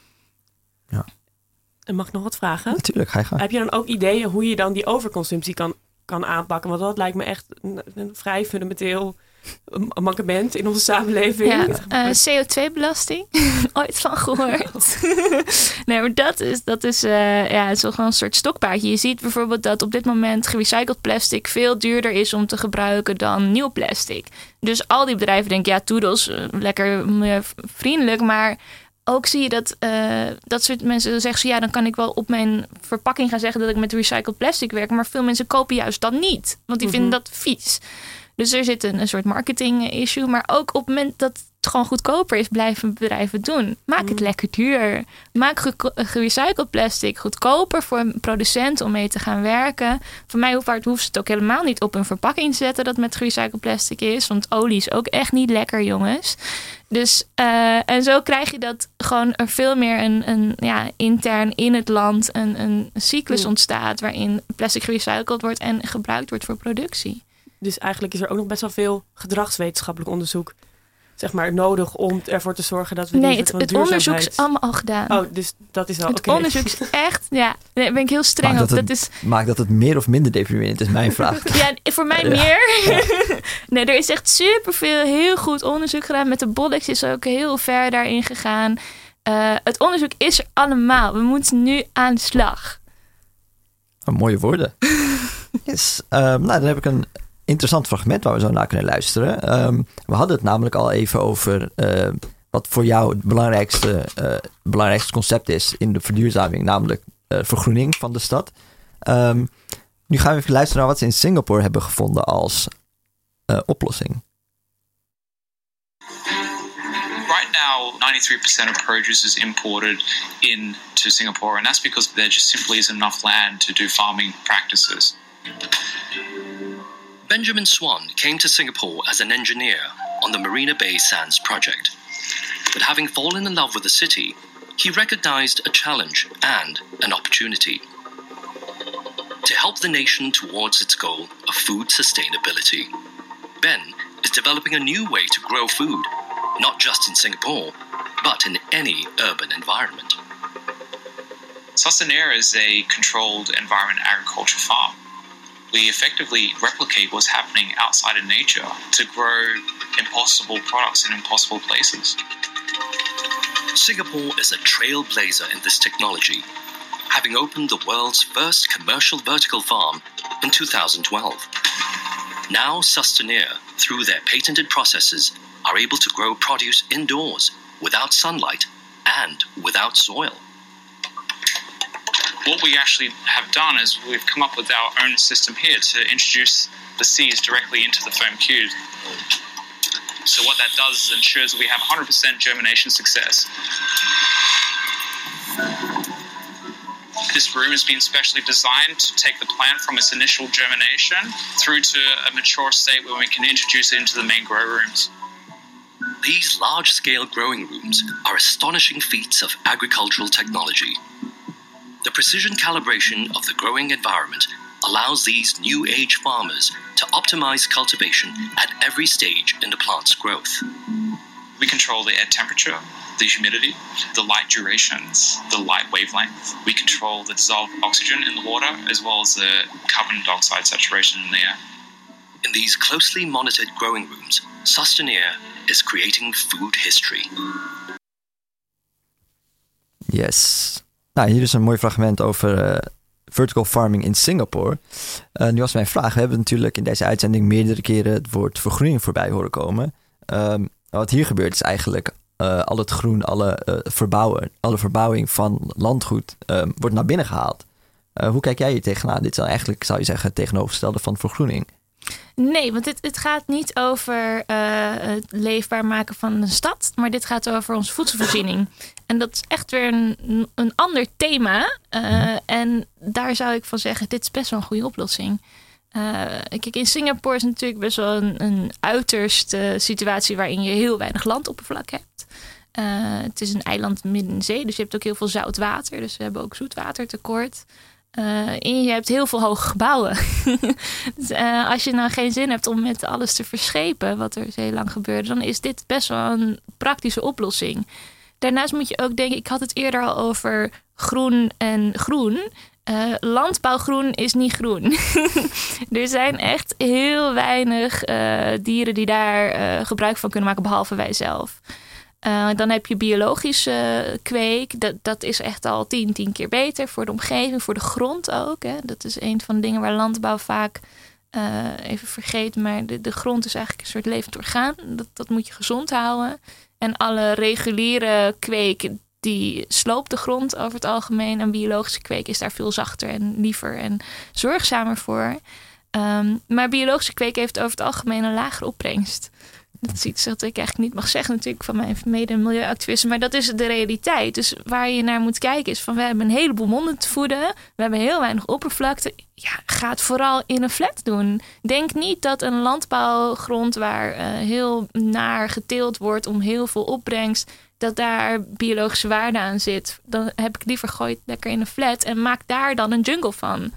Ja. En mag ik nog wat vragen? Natuurlijk, ga je gang. Heb je dan ook ideeën hoe je dan die overconsumptie kan, kan aanpakken? Want dat lijkt me echt een, een vrij fundamenteel mankement in onze samenleving. Ja, uh, C O twee belasting. Ooit van gehoord. Nee, maar dat is, dat is, uh, ja, het is wel gewoon een soort stokpaardje. Je ziet bijvoorbeeld dat op dit moment gerecycled plastic veel duurder is om te gebruiken dan nieuw plastic. Dus al die bedrijven denken, ja, toedels, uh, lekker milieuvriendelijk, maar ook zie je dat uh, dat soort mensen zeggen ze, ja, dan kan ik wel op mijn verpakking gaan zeggen dat ik met recycled plastic werk, maar veel mensen kopen juist dat niet, want die mm-hmm. vinden dat vies. Dus er zit een, een soort marketing issue. Maar ook op het moment dat het gewoon goedkoper is, blijven bedrijven doen. Maak mm. het lekker duur. Maak ge- gerecycled plastic goedkoper voor een producent om mee te gaan werken. Voor mij hoeft, hoeft ze het ook helemaal niet op een verpakking te zetten dat met gerecycled plastic is. Want olie is ook echt niet lekker, jongens. Dus, uh, en zo krijg je dat gewoon er veel meer een, een ja, intern in het land een, een cyclus mm. ontstaat waarin plastic gerecycled wordt en gebruikt wordt voor productie. Dus eigenlijk is er ook nog best wel veel gedragswetenschappelijk onderzoek, zeg maar, nodig om ervoor te zorgen dat we nee, die het, het onderzoek is allemaal al gedaan. Oh, dus dat is al Het okay. onderzoek is echt, ja, daar ben ik heel streng maakt op. Dat, dat het, is, maakt dat het meer of minder deprimerend is mijn vraag. Ja, voor mij ja. meer. Ja. Nee, er is echt superveel, heel goed onderzoek gedaan. Met de Bollix is ook heel ver daarin gegaan. Uh, het onderzoek is er allemaal. We moeten nu aan de slag. Oh, mooie woorden. Yes. Um, nou, dan heb ik een interessant fragment waar we zo naar kunnen luisteren. Um, we hadden het namelijk al even over uh, wat voor jou het belangrijkste, uh, belangrijkste concept is in de verduurzaming, namelijk uh, vergroening van de stad. Um, nu gaan we even luisteren naar wat ze in Singapore hebben gevonden als uh, oplossing. Right now, ninety-three percent of produce is imported into Singapore, and that's because there just simply isn't enough land to do farming practices. Benjamin Swan came to Singapore as an engineer on the Marina Bay Sands project. But having fallen in love with the city, he recognized a challenge and an opportunity to help the nation towards its goal of food sustainability. Ben is developing a new way to grow food, not just in Singapore, but in any urban environment. Sustainair is a controlled environment agriculture farm. We effectively replicate what's happening outside in nature to grow impossible products in impossible places. Singapore is a trailblazer in this technology, having opened the world's first commercial vertical farm in two thousand twelve. Now Sustainair, through their patented processes, are able to grow produce indoors, without sunlight and without soil. What we actually have done is we've come up with our own system here to introduce the seeds directly into the foam cube. So what that does is ensures that we have one hundred percent germination success. This room has been specially designed to take the plant from its initial germination through to a mature state where we can introduce it into the main grow rooms. These large-scale growing rooms are astonishing feats of agricultural technology. The precision calibration of the growing environment allows these new age farmers to optimize cultivation at every stage in the plant's growth. We control the air temperature, the humidity, the light durations, the light wavelength. We control the dissolved oxygen in the water as well as the carbon dioxide saturation in the air. In these closely monitored growing rooms, Sustainair is creating food history. Yes. Nou, hier is een mooi fragment over uh, vertical farming in Singapore. Uh, nu was mijn vraag. We hebben natuurlijk in deze uitzending meerdere keren het woord vergroening voorbij horen komen. Um, wat hier gebeurt is eigenlijk uh, al het groen, alle uh, verbouwen, alle verbouwing van landgoed uh, wordt naar binnen gehaald. Uh, hoe kijk jij hier tegenaan? Dit is eigenlijk, zou je zeggen, het tegenovergestelde van vergroening. Nee, want het, het gaat niet over uh, het leefbaar maken van een stad, maar dit gaat over onze voedselvoorziening. En dat is echt weer een, een ander thema. Uh, en daar zou ik van zeggen, dit is best wel een goede oplossing. Uh, kijk, in Singapore is natuurlijk best wel een, een uiterste situatie waarin je heel weinig landoppervlak hebt. Uh, het is een eiland midden in de zee, dus je hebt ook heel veel zout water. Dus we hebben ook zoetwatertekort. Uh, en je hebt heel veel hoge gebouwen. Dus, uh, als je nou geen zin hebt om met alles te verschepen, wat er heel lang gebeurde, dan is dit best wel een praktische oplossing. Daarnaast moet je ook denken, ik had het eerder al over groen en groen. Uh, landbouwgroen is niet groen. Er zijn echt heel weinig uh, dieren die daar uh, gebruik van kunnen maken, behalve wij zelf. Uh, dan heb je biologische kweek. Dat, dat is echt al tien, tien keer beter voor de omgeving, voor de grond ook. Hè. Dat is een van de dingen waar landbouw vaak uh, even vergeet. Maar de, de grond is eigenlijk een soort levend orgaan. Dat, dat moet je gezond houden. En alle reguliere kweek, die sloopt de grond over het algemeen. En biologische kweek is daar veel zachter en liever en zorgzamer voor. Um, maar biologische kweek heeft over het algemeen een lagere opbrengst. Dat is iets wat ik eigenlijk niet mag zeggen natuurlijk van mijn mede-milieuactivisten. Maar dat is de realiteit. Dus waar je naar moet kijken is van we hebben een heleboel monden te voeden. We hebben heel weinig oppervlakte. Ja, ga het vooral in een flat doen. Denk niet dat een landbouwgrond waar uh, heel naar geteeld wordt om heel veel opbrengst, dat daar biologische waarde aan zit. Dan heb ik liever gooi het lekker in een flat en maak daar dan een jungle van.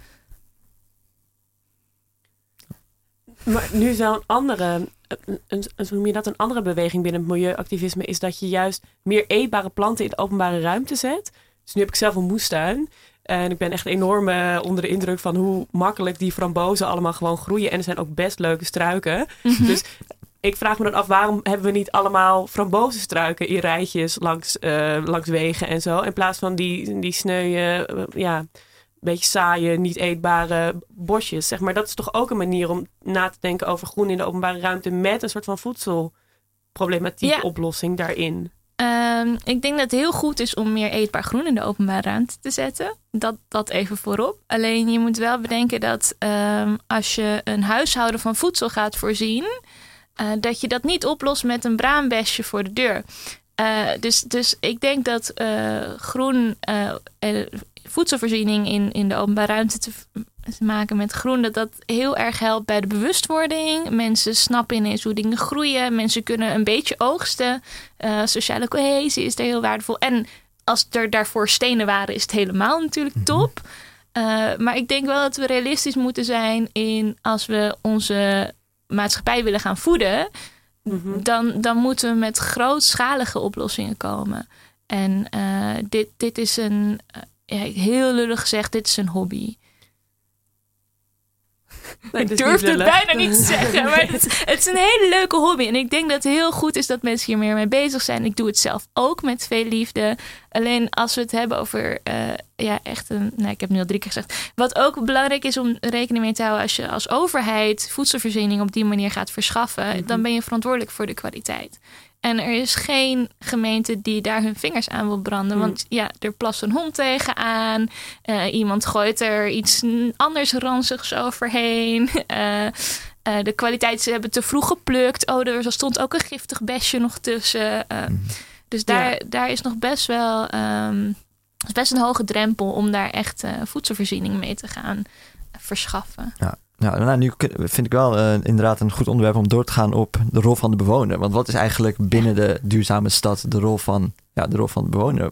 Maar nu is wel een andere, een, een, een, hoe noem je dat, een andere beweging binnen het milieuactivisme is dat je juist meer eetbare planten in de openbare ruimte zet. Dus nu heb ik zelf een moestuin. En ik ben echt enorm uh, onder de indruk van hoe makkelijk die frambozen allemaal gewoon groeien. En er zijn ook best leuke struiken. Mm-hmm. Dus ik vraag me dan af, waarom hebben we niet allemaal frambozenstruiken in rijtjes langs, uh, langs wegen en zo. In plaats van die, die sneuwe, uh, ja, beetje saaie, niet eetbare bosjes. Zeg maar, dat is toch ook een manier om na te denken over groen in de openbare ruimte met een soort van voedselproblematiek ja. oplossing daarin. Um, ik denk dat het heel goed is om meer eetbaar groen in de openbare ruimte te zetten. Dat, dat even voorop. Alleen je moet wel bedenken dat um, als je een huishouden van voedsel gaat voorzien, uh, dat je dat niet oplost met een braambesje voor de deur. Uh, dus, dus ik denk dat uh, groen uh, uh, voedselvoorziening in, in de openbare ruimte te, te maken met groen, dat dat heel erg helpt bij de bewustwording. Mensen snappen ineens hoe dingen groeien. Mensen kunnen een beetje oogsten. Uh, sociale cohesie is er heel waardevol. En als er daarvoor stenen waren, is het helemaal natuurlijk top. Uh, maar ik denk wel dat we realistisch moeten zijn in als we onze maatschappij willen gaan voeden, mm-hmm. dan, dan moeten we met grootschalige oplossingen komen. En uh, dit, dit is een, uh, ja, heel lullig gezegd, dit is een hobby. Nee, ik durf het bijna niet te zeggen, maar het, het is een hele leuke hobby. En ik denk dat het heel goed is dat mensen hier meer mee bezig zijn. Ik doe het zelf ook met veel liefde. Alleen als we het hebben over, uh, ja, echt een, nou, ik heb nu al drie keer gezegd. Wat ook belangrijk is om rekening mee te houden als je als overheid voedselvoorziening op die manier gaat verschaffen, mm-hmm. dan ben je verantwoordelijk voor de kwaliteit. En er is geen gemeente die daar hun vingers aan wil branden. Mm. Want ja, er plast een hond tegenaan. Uh, iemand gooit er iets anders ranzigs overheen. Uh, uh, de kwaliteit, ze hebben te vroeg geplukt. Oh, er stond ook een giftig besje nog tussen. Uh, mm. Dus daar, ja. daar is nog best wel um, is best een hoge drempel om daar echt uh, voedselvoorziening mee te gaan uh, verschaffen. Ja. Nou, nou, nu vind ik wel uh, inderdaad een goed onderwerp om door te gaan op de rol van de bewoner. Want wat is eigenlijk binnen de duurzame stad de rol van, ja, de rol van de bewoner?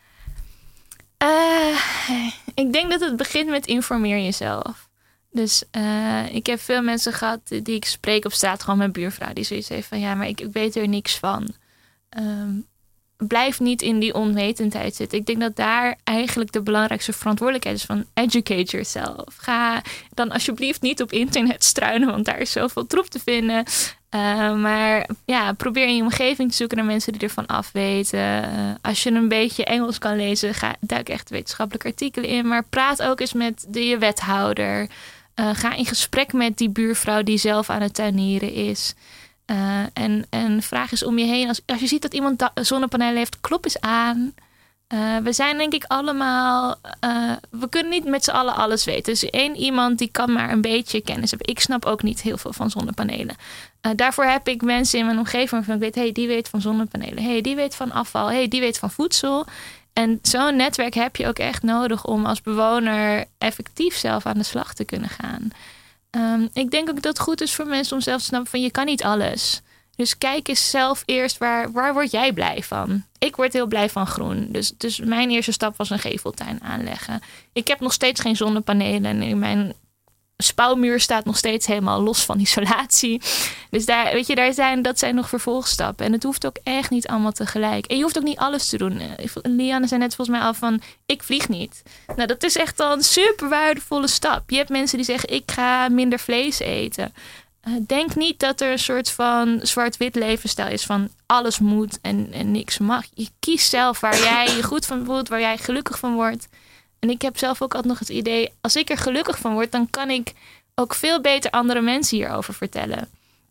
Uh, ik denk dat het begint met informeer jezelf. Dus uh, ik heb veel mensen gehad die ik spreek op straat, gewoon mijn buurvrouw, die zoiets heeft van ja, maar ik, ik weet er niks van. Um, Blijf niet in die onwetendheid zitten. Ik denk dat daar eigenlijk de belangrijkste verantwoordelijkheid is van educate yourself. Ga dan alsjeblieft niet op internet struinen, want daar is zoveel troep te vinden. Uh, maar ja, probeer in je omgeving te zoeken naar mensen die ervan afweten. Uh, als je een beetje Engels kan lezen, ga, duik echt wetenschappelijke artikelen in. Maar praat ook eens met de, je wethouder. Uh, ga in gesprek met die buurvrouw die zelf aan het tuinieren is. Uh, en, en vraag eens om je heen. Als, als je ziet dat iemand da- zonnepanelen heeft, klop eens aan. Uh, we zijn denk ik allemaal... Uh, we kunnen niet met z'n allen alles weten. Dus één iemand die kan maar een beetje kennis hebben. Ik snap ook niet heel veel van zonnepanelen. Uh, daarvoor heb ik mensen in mijn omgeving waarvan ik weet... hey, die weet van zonnepanelen. hey, die weet van afval. hey, die weet van voedsel. En zo'n netwerk heb je ook echt nodig... om als bewoner effectief zelf aan de slag te kunnen gaan. Um, ik denk ook dat het goed is voor mensen om zelf te snappen... van je kan niet alles. Dus kijk eens zelf eerst, waar, waar word jij blij van? Ik word heel blij van groen. Dus, dus mijn eerste stap was een geveltuin aanleggen. Ik heb nog steeds geen zonnepanelen. En mijn spouwmuur staat nog steeds helemaal los van isolatie. Dus daar, weet je, daar zijn, dat zijn nog vervolgstappen. En het hoeft ook echt niet allemaal tegelijk. En je hoeft ook niet alles te doen. Lianne zei net volgens mij al van, ik vlieg niet. Nou, dat is echt al een super waardevolle stap. Je hebt mensen die zeggen, ik ga minder vlees eten. Uh, denk niet dat er een soort van zwart-wit levensstijl is van alles moet en, en niks mag. Je kiest zelf waar jij je goed van voelt, waar jij gelukkig van wordt. En ik heb zelf ook altijd nog het idee, als ik er gelukkig van word, dan kan ik ook veel beter andere mensen hierover vertellen.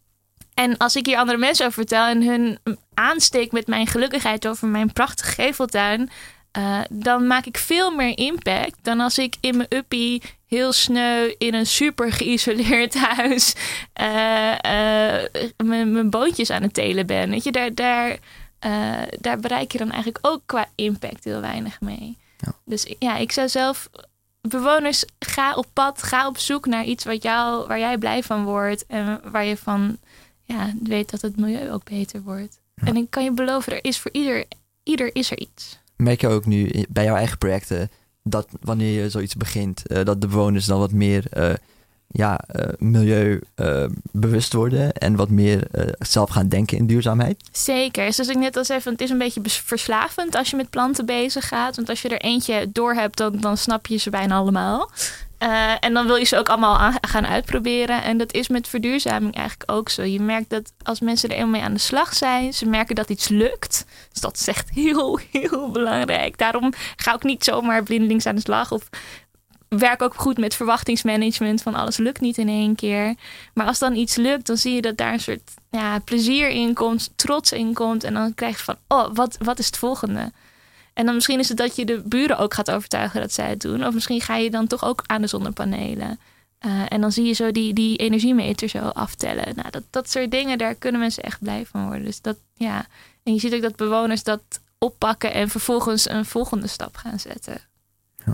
En als ik hier andere mensen over vertel en hun aansteek met mijn gelukkigheid over mijn prachtige geveltuin, Uh, dan maak ik veel meer impact dan als ik in mijn uppie heel sneu in een super geïsoleerd huis uh, uh, mijn boontjes aan het telen ben. Weet je, daar, daar, uh, daar bereik je dan eigenlijk ook qua impact heel weinig mee. Ja. Dus ja, ik zou zelf bewoners, ga op pad, ga op zoek naar iets wat jou, waar jij blij van wordt en waar je van ja, weet dat het milieu ook beter wordt. Ja. En ik kan je beloven, er is voor ieder, ieder is er iets. Merk je ook nu bij jouw eigen projecten dat wanneer je zoiets begint, uh, dat de bewoners dan wat meer uh, ja, uh, milieubewust uh, worden en wat meer uh, zelf gaan denken in duurzaamheid? Zeker. Zoals ik net al zei, het is een beetje verslavend als je met planten bezig gaat. Want als je er eentje door hebt, dan, dan snap je ze bijna allemaal. Uh, en dan wil je ze ook allemaal aan, gaan uitproberen. En dat is met verduurzaming eigenlijk ook zo. Je merkt dat als mensen er eenmaal mee aan de slag zijn, ze merken dat iets lukt. Dus dat is echt heel, heel belangrijk. Daarom ga ik niet zomaar blindelings aan de slag. Of werk ook goed met verwachtingsmanagement van alles lukt niet in één keer. Maar als dan iets lukt, dan zie je dat daar een soort ja, plezier in komt, trots in komt. En dan krijg je van, oh, wat, wat is het volgende? En dan misschien is het dat je de buren ook gaat overtuigen dat zij het doen. Of misschien ga je dan toch ook aan de zonnepanelen. Uh, en dan zie je zo die, die energiemeter zo aftellen. Nou, dat, dat soort dingen, daar kunnen mensen echt blij van worden. Dus dat, ja. En je ziet ook dat bewoners dat oppakken en vervolgens een volgende stap gaan zetten. Ja.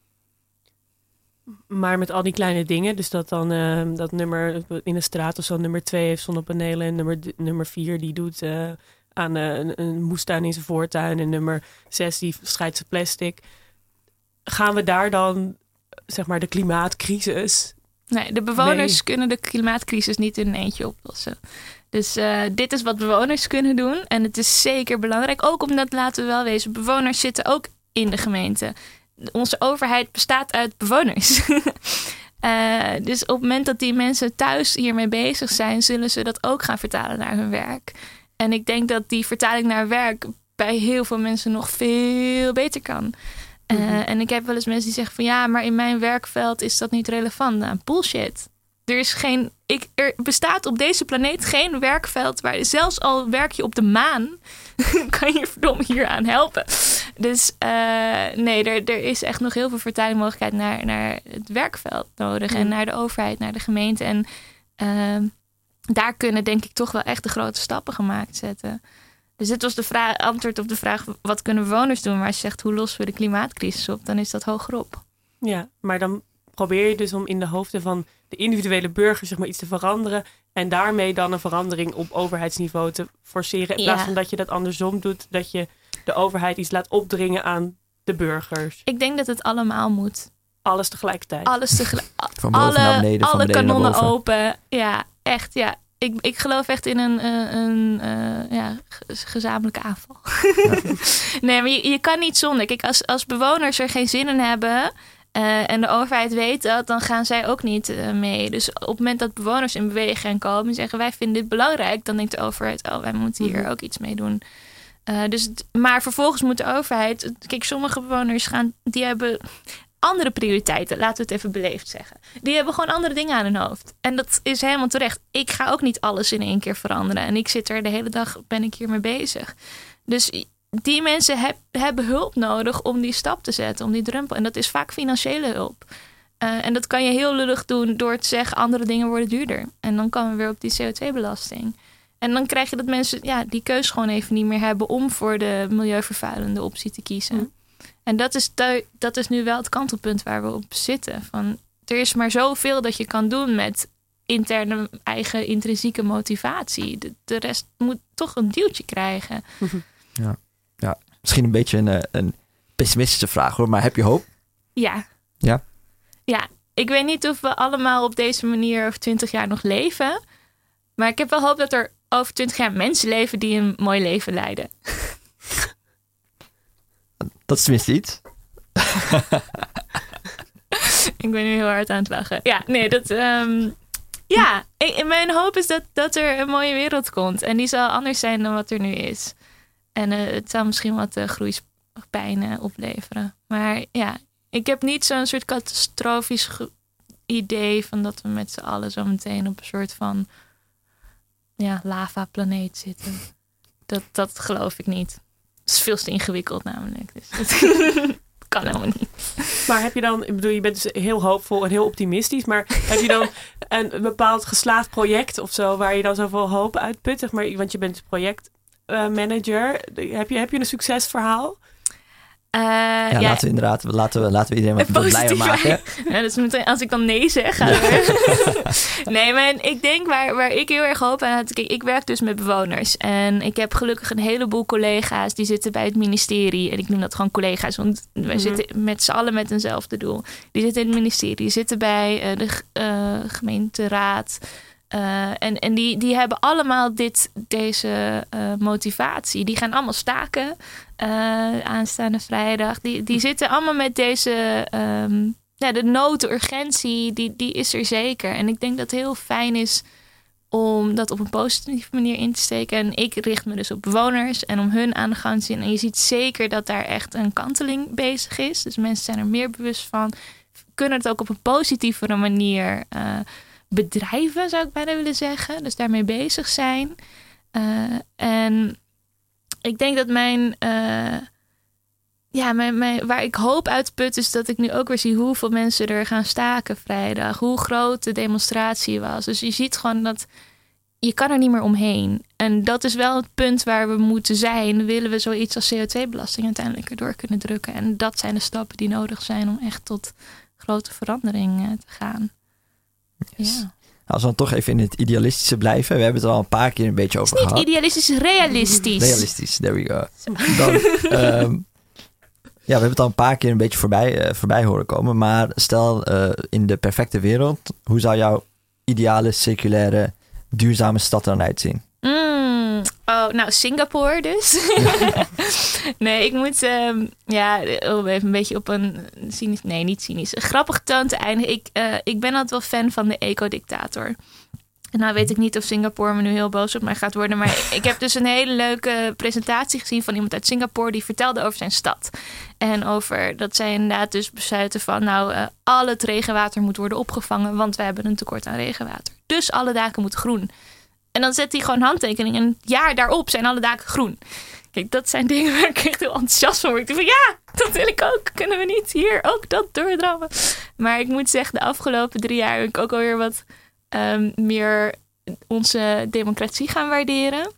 Maar met al die kleine dingen, dus dat dan uh, dat nummer in de straat of zo, nummer twee heeft zonnepanelen en nummer, nummer vier die doet Uh, aan een, een moestuin in zijn voortuin en nummer zes die scheidt zijn plastic. Gaan we daar dan, zeg maar, de klimaatcrisis? Nee, de bewoners nee. kunnen de klimaatcrisis niet in een eentje oplossen. Dus uh, dit is wat bewoners kunnen doen. En het is zeker belangrijk, ook omdat, laten we wel wezen, bewoners zitten ook in de gemeente. Onze overheid bestaat uit bewoners. uh, dus op het moment dat die mensen thuis hiermee bezig zijn, zullen ze dat ook gaan vertalen naar hun werk. En ik denk dat die vertaling naar werk bij heel veel mensen nog veel beter kan. Mm-hmm. Uh, en ik heb wel eens mensen die zeggen van ja, maar in mijn werkveld is dat niet relevant. Nou, bullshit. Er is geen, ik, er bestaat op deze planeet geen werkveld waar zelfs al werk je op de maan, kan je verdomme hier aan helpen. Dus uh, nee, er, er is echt nog heel veel vertalingmogelijkheid naar, naar het werkveld nodig. Mm. En naar de overheid, naar de gemeente. En uh, daar kunnen denk ik toch wel echt de grote stappen gemaakt zetten. Dus dit was de vraag, antwoord op de vraag, wat kunnen bewoners doen? Maar als je zegt, hoe lossen we de klimaatcrisis op? Dan is dat hogerop. Ja, maar dan probeer je dus om in de hoofden van de individuele burger zeg maar iets te veranderen. En daarmee dan een verandering op overheidsniveau te forceren. In plaats ja. van dat je dat andersom doet. Dat je de overheid iets laat opdringen aan de burgers. Ik denk dat het allemaal moet. Alles tegelijkertijd. Alles tegelijkertijd. Van boven alle, naar beneden, van alle beneden kanonnen naar boven. open. Ja, echt. Ja. Ik, ik geloof echt in een, een, een uh, ja, gezamenlijke aanval. Ja. Nee, maar je, je kan niet zonder. Kijk, als, als bewoners er geen zin in hebben, Uh, en de overheid weet dat, dan gaan zij ook niet uh, mee. Dus op het moment dat bewoners in beweging gaan komen en zeggen wij vinden dit belangrijk, dan denkt de overheid, oh, wij moeten hier mm-hmm. ook iets mee doen. Uh, dus, maar vervolgens moet de overheid, kijk, sommige bewoners gaan, die hebben andere prioriteiten, laten we het even beleefd zeggen. Die hebben gewoon andere dingen aan hun hoofd. En dat is helemaal terecht. Ik ga ook niet alles in één keer veranderen. En ik zit er de hele dag, ben ik hiermee bezig. Dus die mensen heb, hebben hulp nodig om die stap te zetten, om die drempel. En dat is vaak financiële hulp. Uh, en dat kan je heel lullig doen door te zeggen, andere dingen worden duurder. En dan komen we weer op die C O twee belasting. En dan krijg je dat mensen ja, die keus gewoon even niet meer hebben om voor de milieuvervuilende optie te kiezen. Mm. En dat is, de, dat is nu wel het kantelpunt waar we op zitten. Van, er is maar zoveel dat je kan doen met interne eigen intrinsieke motivatie. De, de rest moet toch een deeltje krijgen. Ja, ja. Misschien een beetje een, een pessimistische vraag hoor, maar heb je hoop? Ja. Ja? Ja, ik weet niet of we allemaal op deze manier over twintig jaar nog leven. Maar ik heb wel hoop dat er over twintig jaar mensen leven die een mooi leven leiden. Dat is tenminste iets. Ik ben nu heel hard aan het lachen. Ja, nee, dat... Um, ja, ik, mijn hoop is dat, dat er een mooie wereld komt. En die zal anders zijn dan wat er nu is. En uh, het zal misschien wat uh, groeispijn uh, opleveren. Maar ja, ik heb niet zo'n soort catastrofisch ge- idee van dat we met z'n allen zo meteen op een soort van ja, lava-planeet zitten. Dat, dat geloof ik niet. Het is veel te ingewikkeld namelijk. Dus dat kan helemaal niet. Maar heb je dan, ik bedoel, je bent dus heel hoopvol en heel optimistisch. Maar heb je dan een, een bepaald geslaagd project of zo waar je dan zoveel hoop uitput? Zeg maar, want je bent projectmanager. Uh, heb je, heb je een succesverhaal? Uh, ja, ja, laten we inderdaad, laten we, laten we iedereen wat, wat blijer maken. Ja, dus meteen, als ik dan nee zeg, ga we. Nee, maar ik denk waar, waar ik heel erg hoop aan had. Kijk, ik werk dus met bewoners. En ik heb gelukkig een heleboel collega's die zitten bij het ministerie. En ik noem dat gewoon collega's, want wij mm-hmm. zitten met z'n allen met eenzelfde doel. Die zitten in het ministerie, die zitten bij uh, de uh, gemeenteraad. Uh, en en die, die hebben allemaal dit, deze uh, motivatie. Die gaan allemaal staken uh, aanstaande vrijdag. Die, die zitten allemaal met deze... Um, ja, de nood, de urgentie, die, die is er zeker. En ik denk dat het heel fijn is om dat op een positieve manier in te steken. En ik richt me dus op bewoners en om hun aan de gang te zien. En je ziet zeker dat daar echt een kanteling bezig is. Dus mensen zijn er meer bewust van. Kunnen het ook op een positievere manier... Uh, bedrijven, zou ik bijna willen zeggen. Dus daarmee bezig zijn. Uh, en ik denk dat mijn... Uh, ja, mijn, mijn, waar ik hoop uitput is dat ik nu ook weer zie hoeveel mensen er gaan staken vrijdag. Hoe groot de demonstratie was. Dus je ziet gewoon dat je kan er niet meer omheen. En dat is wel het punt waar we moeten zijn. Willen we zoiets als C O twee belasting uiteindelijk erdoor kunnen drukken. En dat zijn de stappen die nodig zijn om echt tot grote veranderingen te gaan. Yes. Ja. Als we dan toch even in het idealistische blijven. We hebben het er al een paar keer een beetje over het is gehad. Niet idealistisch, realistisch. Realistisch, there we go. Dan, um, ja, we hebben het al een paar keer een beetje voorbij, uh, voorbij horen komen. Maar stel uh, in de perfecte wereld. Hoe zou jouw ideale, circulaire, duurzame stad er dan uitzien? Mm, oh, nou, Singapore dus. Nee, ik moet um, ja, oh, even een beetje op een cynisch, nee, niet cynisch, een grappig toon te eindigen. Ik, uh, ik ben altijd wel fan van de eco-dictator. En nou weet ik niet of Singapore me nu heel boos op mij gaat worden. Maar ik heb dus een hele leuke presentatie gezien van iemand uit Singapore. Die vertelde over zijn stad. En over dat zij inderdaad dus besluiten van... nou, uh, al het regenwater moet worden opgevangen. Want we hebben een tekort aan regenwater. Dus alle daken moeten groen. En dan zet hij gewoon handtekening. En een jaar daarop zijn alle daken groen. Kijk, dat zijn dingen waar ik echt heel enthousiast van word. Ik denk van ja, dat wil ik ook. Kunnen we niet hier ook dat doordrammen? Maar ik moet zeggen, de afgelopen drie jaar heb ik ook alweer wat... Um, meer onze democratie gaan waarderen.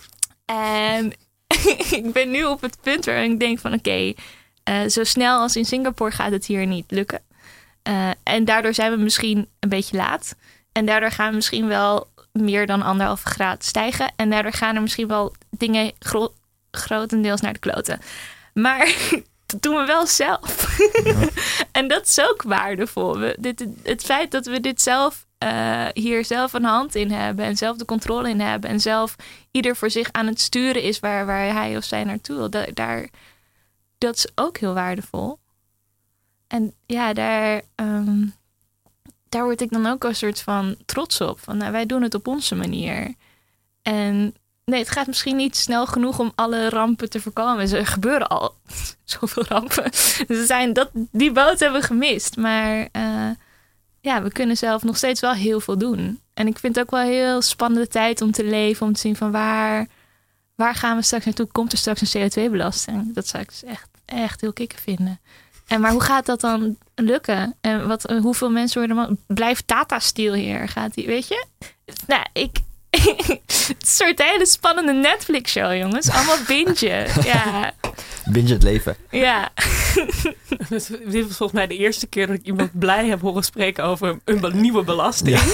En ik ben nu op het punt waar ik denk van... oké, okay, uh, zo snel als in Singapore gaat het hier niet lukken. Uh, en daardoor zijn we misschien een beetje laat. En daardoor gaan we misschien wel meer dan anderhalve graad stijgen. En daardoor gaan er misschien wel dingen gro- grotendeels naar de kloten. Maar... dat doen we wel zelf. Ja. En dat is ook waardevol. We, dit, het feit dat we dit zelf uh, hier zelf een hand in hebben... en zelf de controle in hebben... en zelf ieder voor zich aan het sturen is... waar, waar hij of zij naartoe wil. Da, daar, dat is ook heel waardevol. en ja, daar, um, daar word ik dan ook een soort van trots op. Van, nou, wij doen het op onze manier. En nee, het gaat misschien niet snel genoeg om alle rampen te voorkomen. Er gebeuren al zoveel rampen. Dus er zijn dat, die boot hebben we gemist. Maar uh, ja, we kunnen zelf nog steeds wel heel veel doen. En ik vind het ook wel een heel spannende tijd om te leven. Om te zien van waar, waar gaan we straks naartoe? Komt er straks een C O twee belasting? Dat zou ik dus echt, echt heel kicken vinden. En maar hoe gaat dat dan lukken? En wat, hoeveel mensen worden man? Blijft Tata Steel hier? Gaat die, weet je? Nou, ik... Het is een soort hele spannende Netflix-show, jongens. Allemaal binge. Ja. Binge het leven. Ja. Dus dit was volgens mij de eerste keer dat ik iemand blij heb horen spreken over een nieuwe belasting. Ja.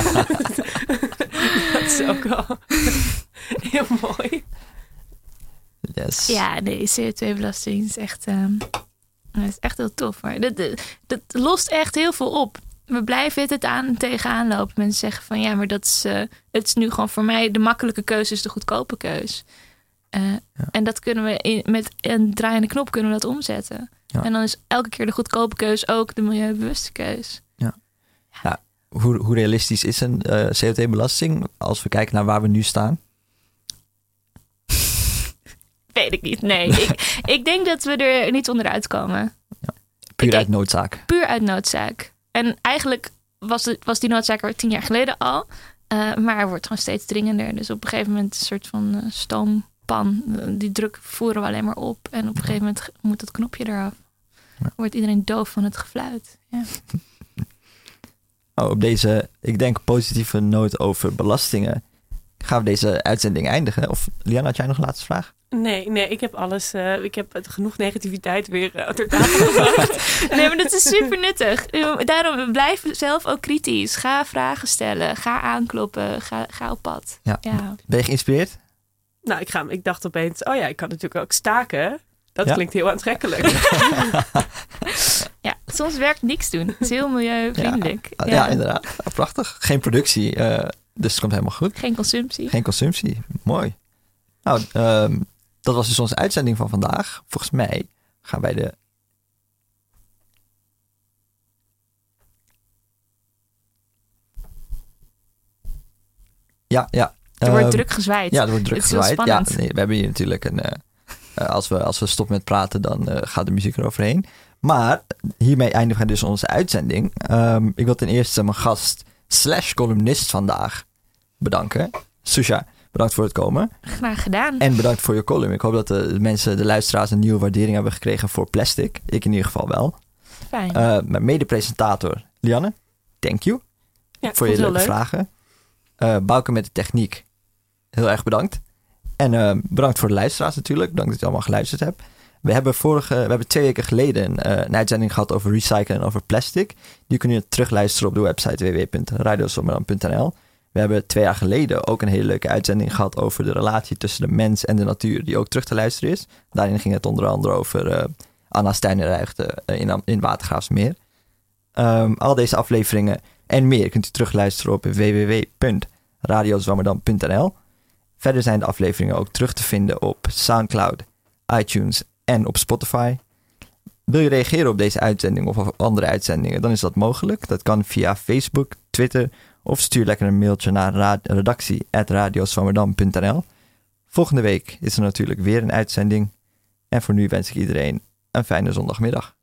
Dat is ook wel heel mooi. Yes. Ja, de C O twee belasting is echt, um, is echt heel tof. Maar dat, dat, dat lost echt heel veel op. We blijven het aan tegenaan lopen. Mensen zeggen van ja, maar dat is, uh, het is nu gewoon voor mij de makkelijke keuze is de goedkope keus. Uh, ja. En dat kunnen we in, met een draaiende knop kunnen we dat omzetten. Ja. En dan is elke keer de goedkope keus ook de milieubewuste keus. Ja. Ja. Ja, hoe, hoe realistisch is een uh, C O twee belasting als we kijken naar waar we nu staan? Weet ik niet. Nee, ik, ik denk dat we er niet onderuit komen. Ja. Puur ik, uit noodzaak. Puur uit noodzaak. En eigenlijk was, het, was die noodzaak er tien jaar geleden al. Uh, maar er wordt gewoon steeds dringender. Dus op een gegeven moment een soort van uh, stoompan. Uh, die druk voeren we alleen maar op. En op een gegeven moment moet het knopje eraf. Dan wordt iedereen doof van het gefluit. Ja. Oh, op deze, ik denk, positieve noot over belastingen gaan we deze uitzending eindigen. Of Lianne, had jij nog een laatste vraag? Nee, nee, ik heb alles. Uh, ik heb genoeg negativiteit weer uh, ter tafel gebracht. Nee, maar dat is super nuttig. Daarom blijf zelf ook kritisch. Ga vragen stellen. Ga aankloppen. Ga, ga op pad. Ja. Ja. Ben je geïnspireerd? Nou, ik, ga, ik dacht opeens, oh ja, ik kan natuurlijk ook staken. Dat ja? klinkt heel aantrekkelijk. Ja, soms werkt niks doen. Het is heel milieuvriendelijk. Ja, ja. ja inderdaad. Ja, prachtig. Geen productie, uh, dus het komt helemaal goed. Geen consumptie. Geen consumptie. Mooi. Nou, um, dat was dus onze uitzending van vandaag. Volgens mij gaan wij de... Ja, ja. Er uh, wordt druk gezwaaid. Ja, er wordt druk het gezwaaid. Is ja, nee, we hebben hier natuurlijk een... Uh, uh, als, we, als we stoppen met praten, dan uh, gaat de muziek eroverheen. Maar hiermee eindigen we dus onze uitzending. Um, ik wil ten eerste mijn gast slash columnist vandaag bedanken. Susha, bedankt voor het komen. Graag gedaan. En bedankt voor je column. Ik hoop dat de mensen, de luisteraars, een nieuwe waardering hebben gekregen voor plastic. Ik in ieder geval wel. Fijn. Uh, mijn mede-presentator Lianne, thank you. Ja, voor je leuke leuk. vragen. Uh, Bouke met de techniek, heel erg bedankt. En uh, bedankt voor de luisteraars natuurlijk. Bedankt dat je allemaal geluisterd hebt. We hebben, vorige, we hebben twee weken geleden uh, een uitzending gehad over recyclen en over plastic. Die kun je terugluisteren op de website w w w punt radio zwammerdam punt n l. We hebben twee jaar geleden ook een hele leuke uitzending gehad over de relatie tussen de mens en de natuur, die ook terug te luisteren is. Daarin ging het onder andere over uh, Anna Steineruigte uh, in, in Watergraafsmeer. Um, al deze afleveringen en meer kunt u terugluisteren op w w w punt radio zwammerdam punt n l. Verder zijn de afleveringen ook terug te vinden op SoundCloud, iTunes en op Spotify. Wil je reageren op deze uitzending of op andere uitzendingen, dan is dat mogelijk. Dat kan via Facebook, Twitter of stuur lekker een mailtje naar redactie at radio zwammerdam punt n l. Volgende week is er natuurlijk weer een uitzending. En voor nu wens ik iedereen een fijne zondagmiddag.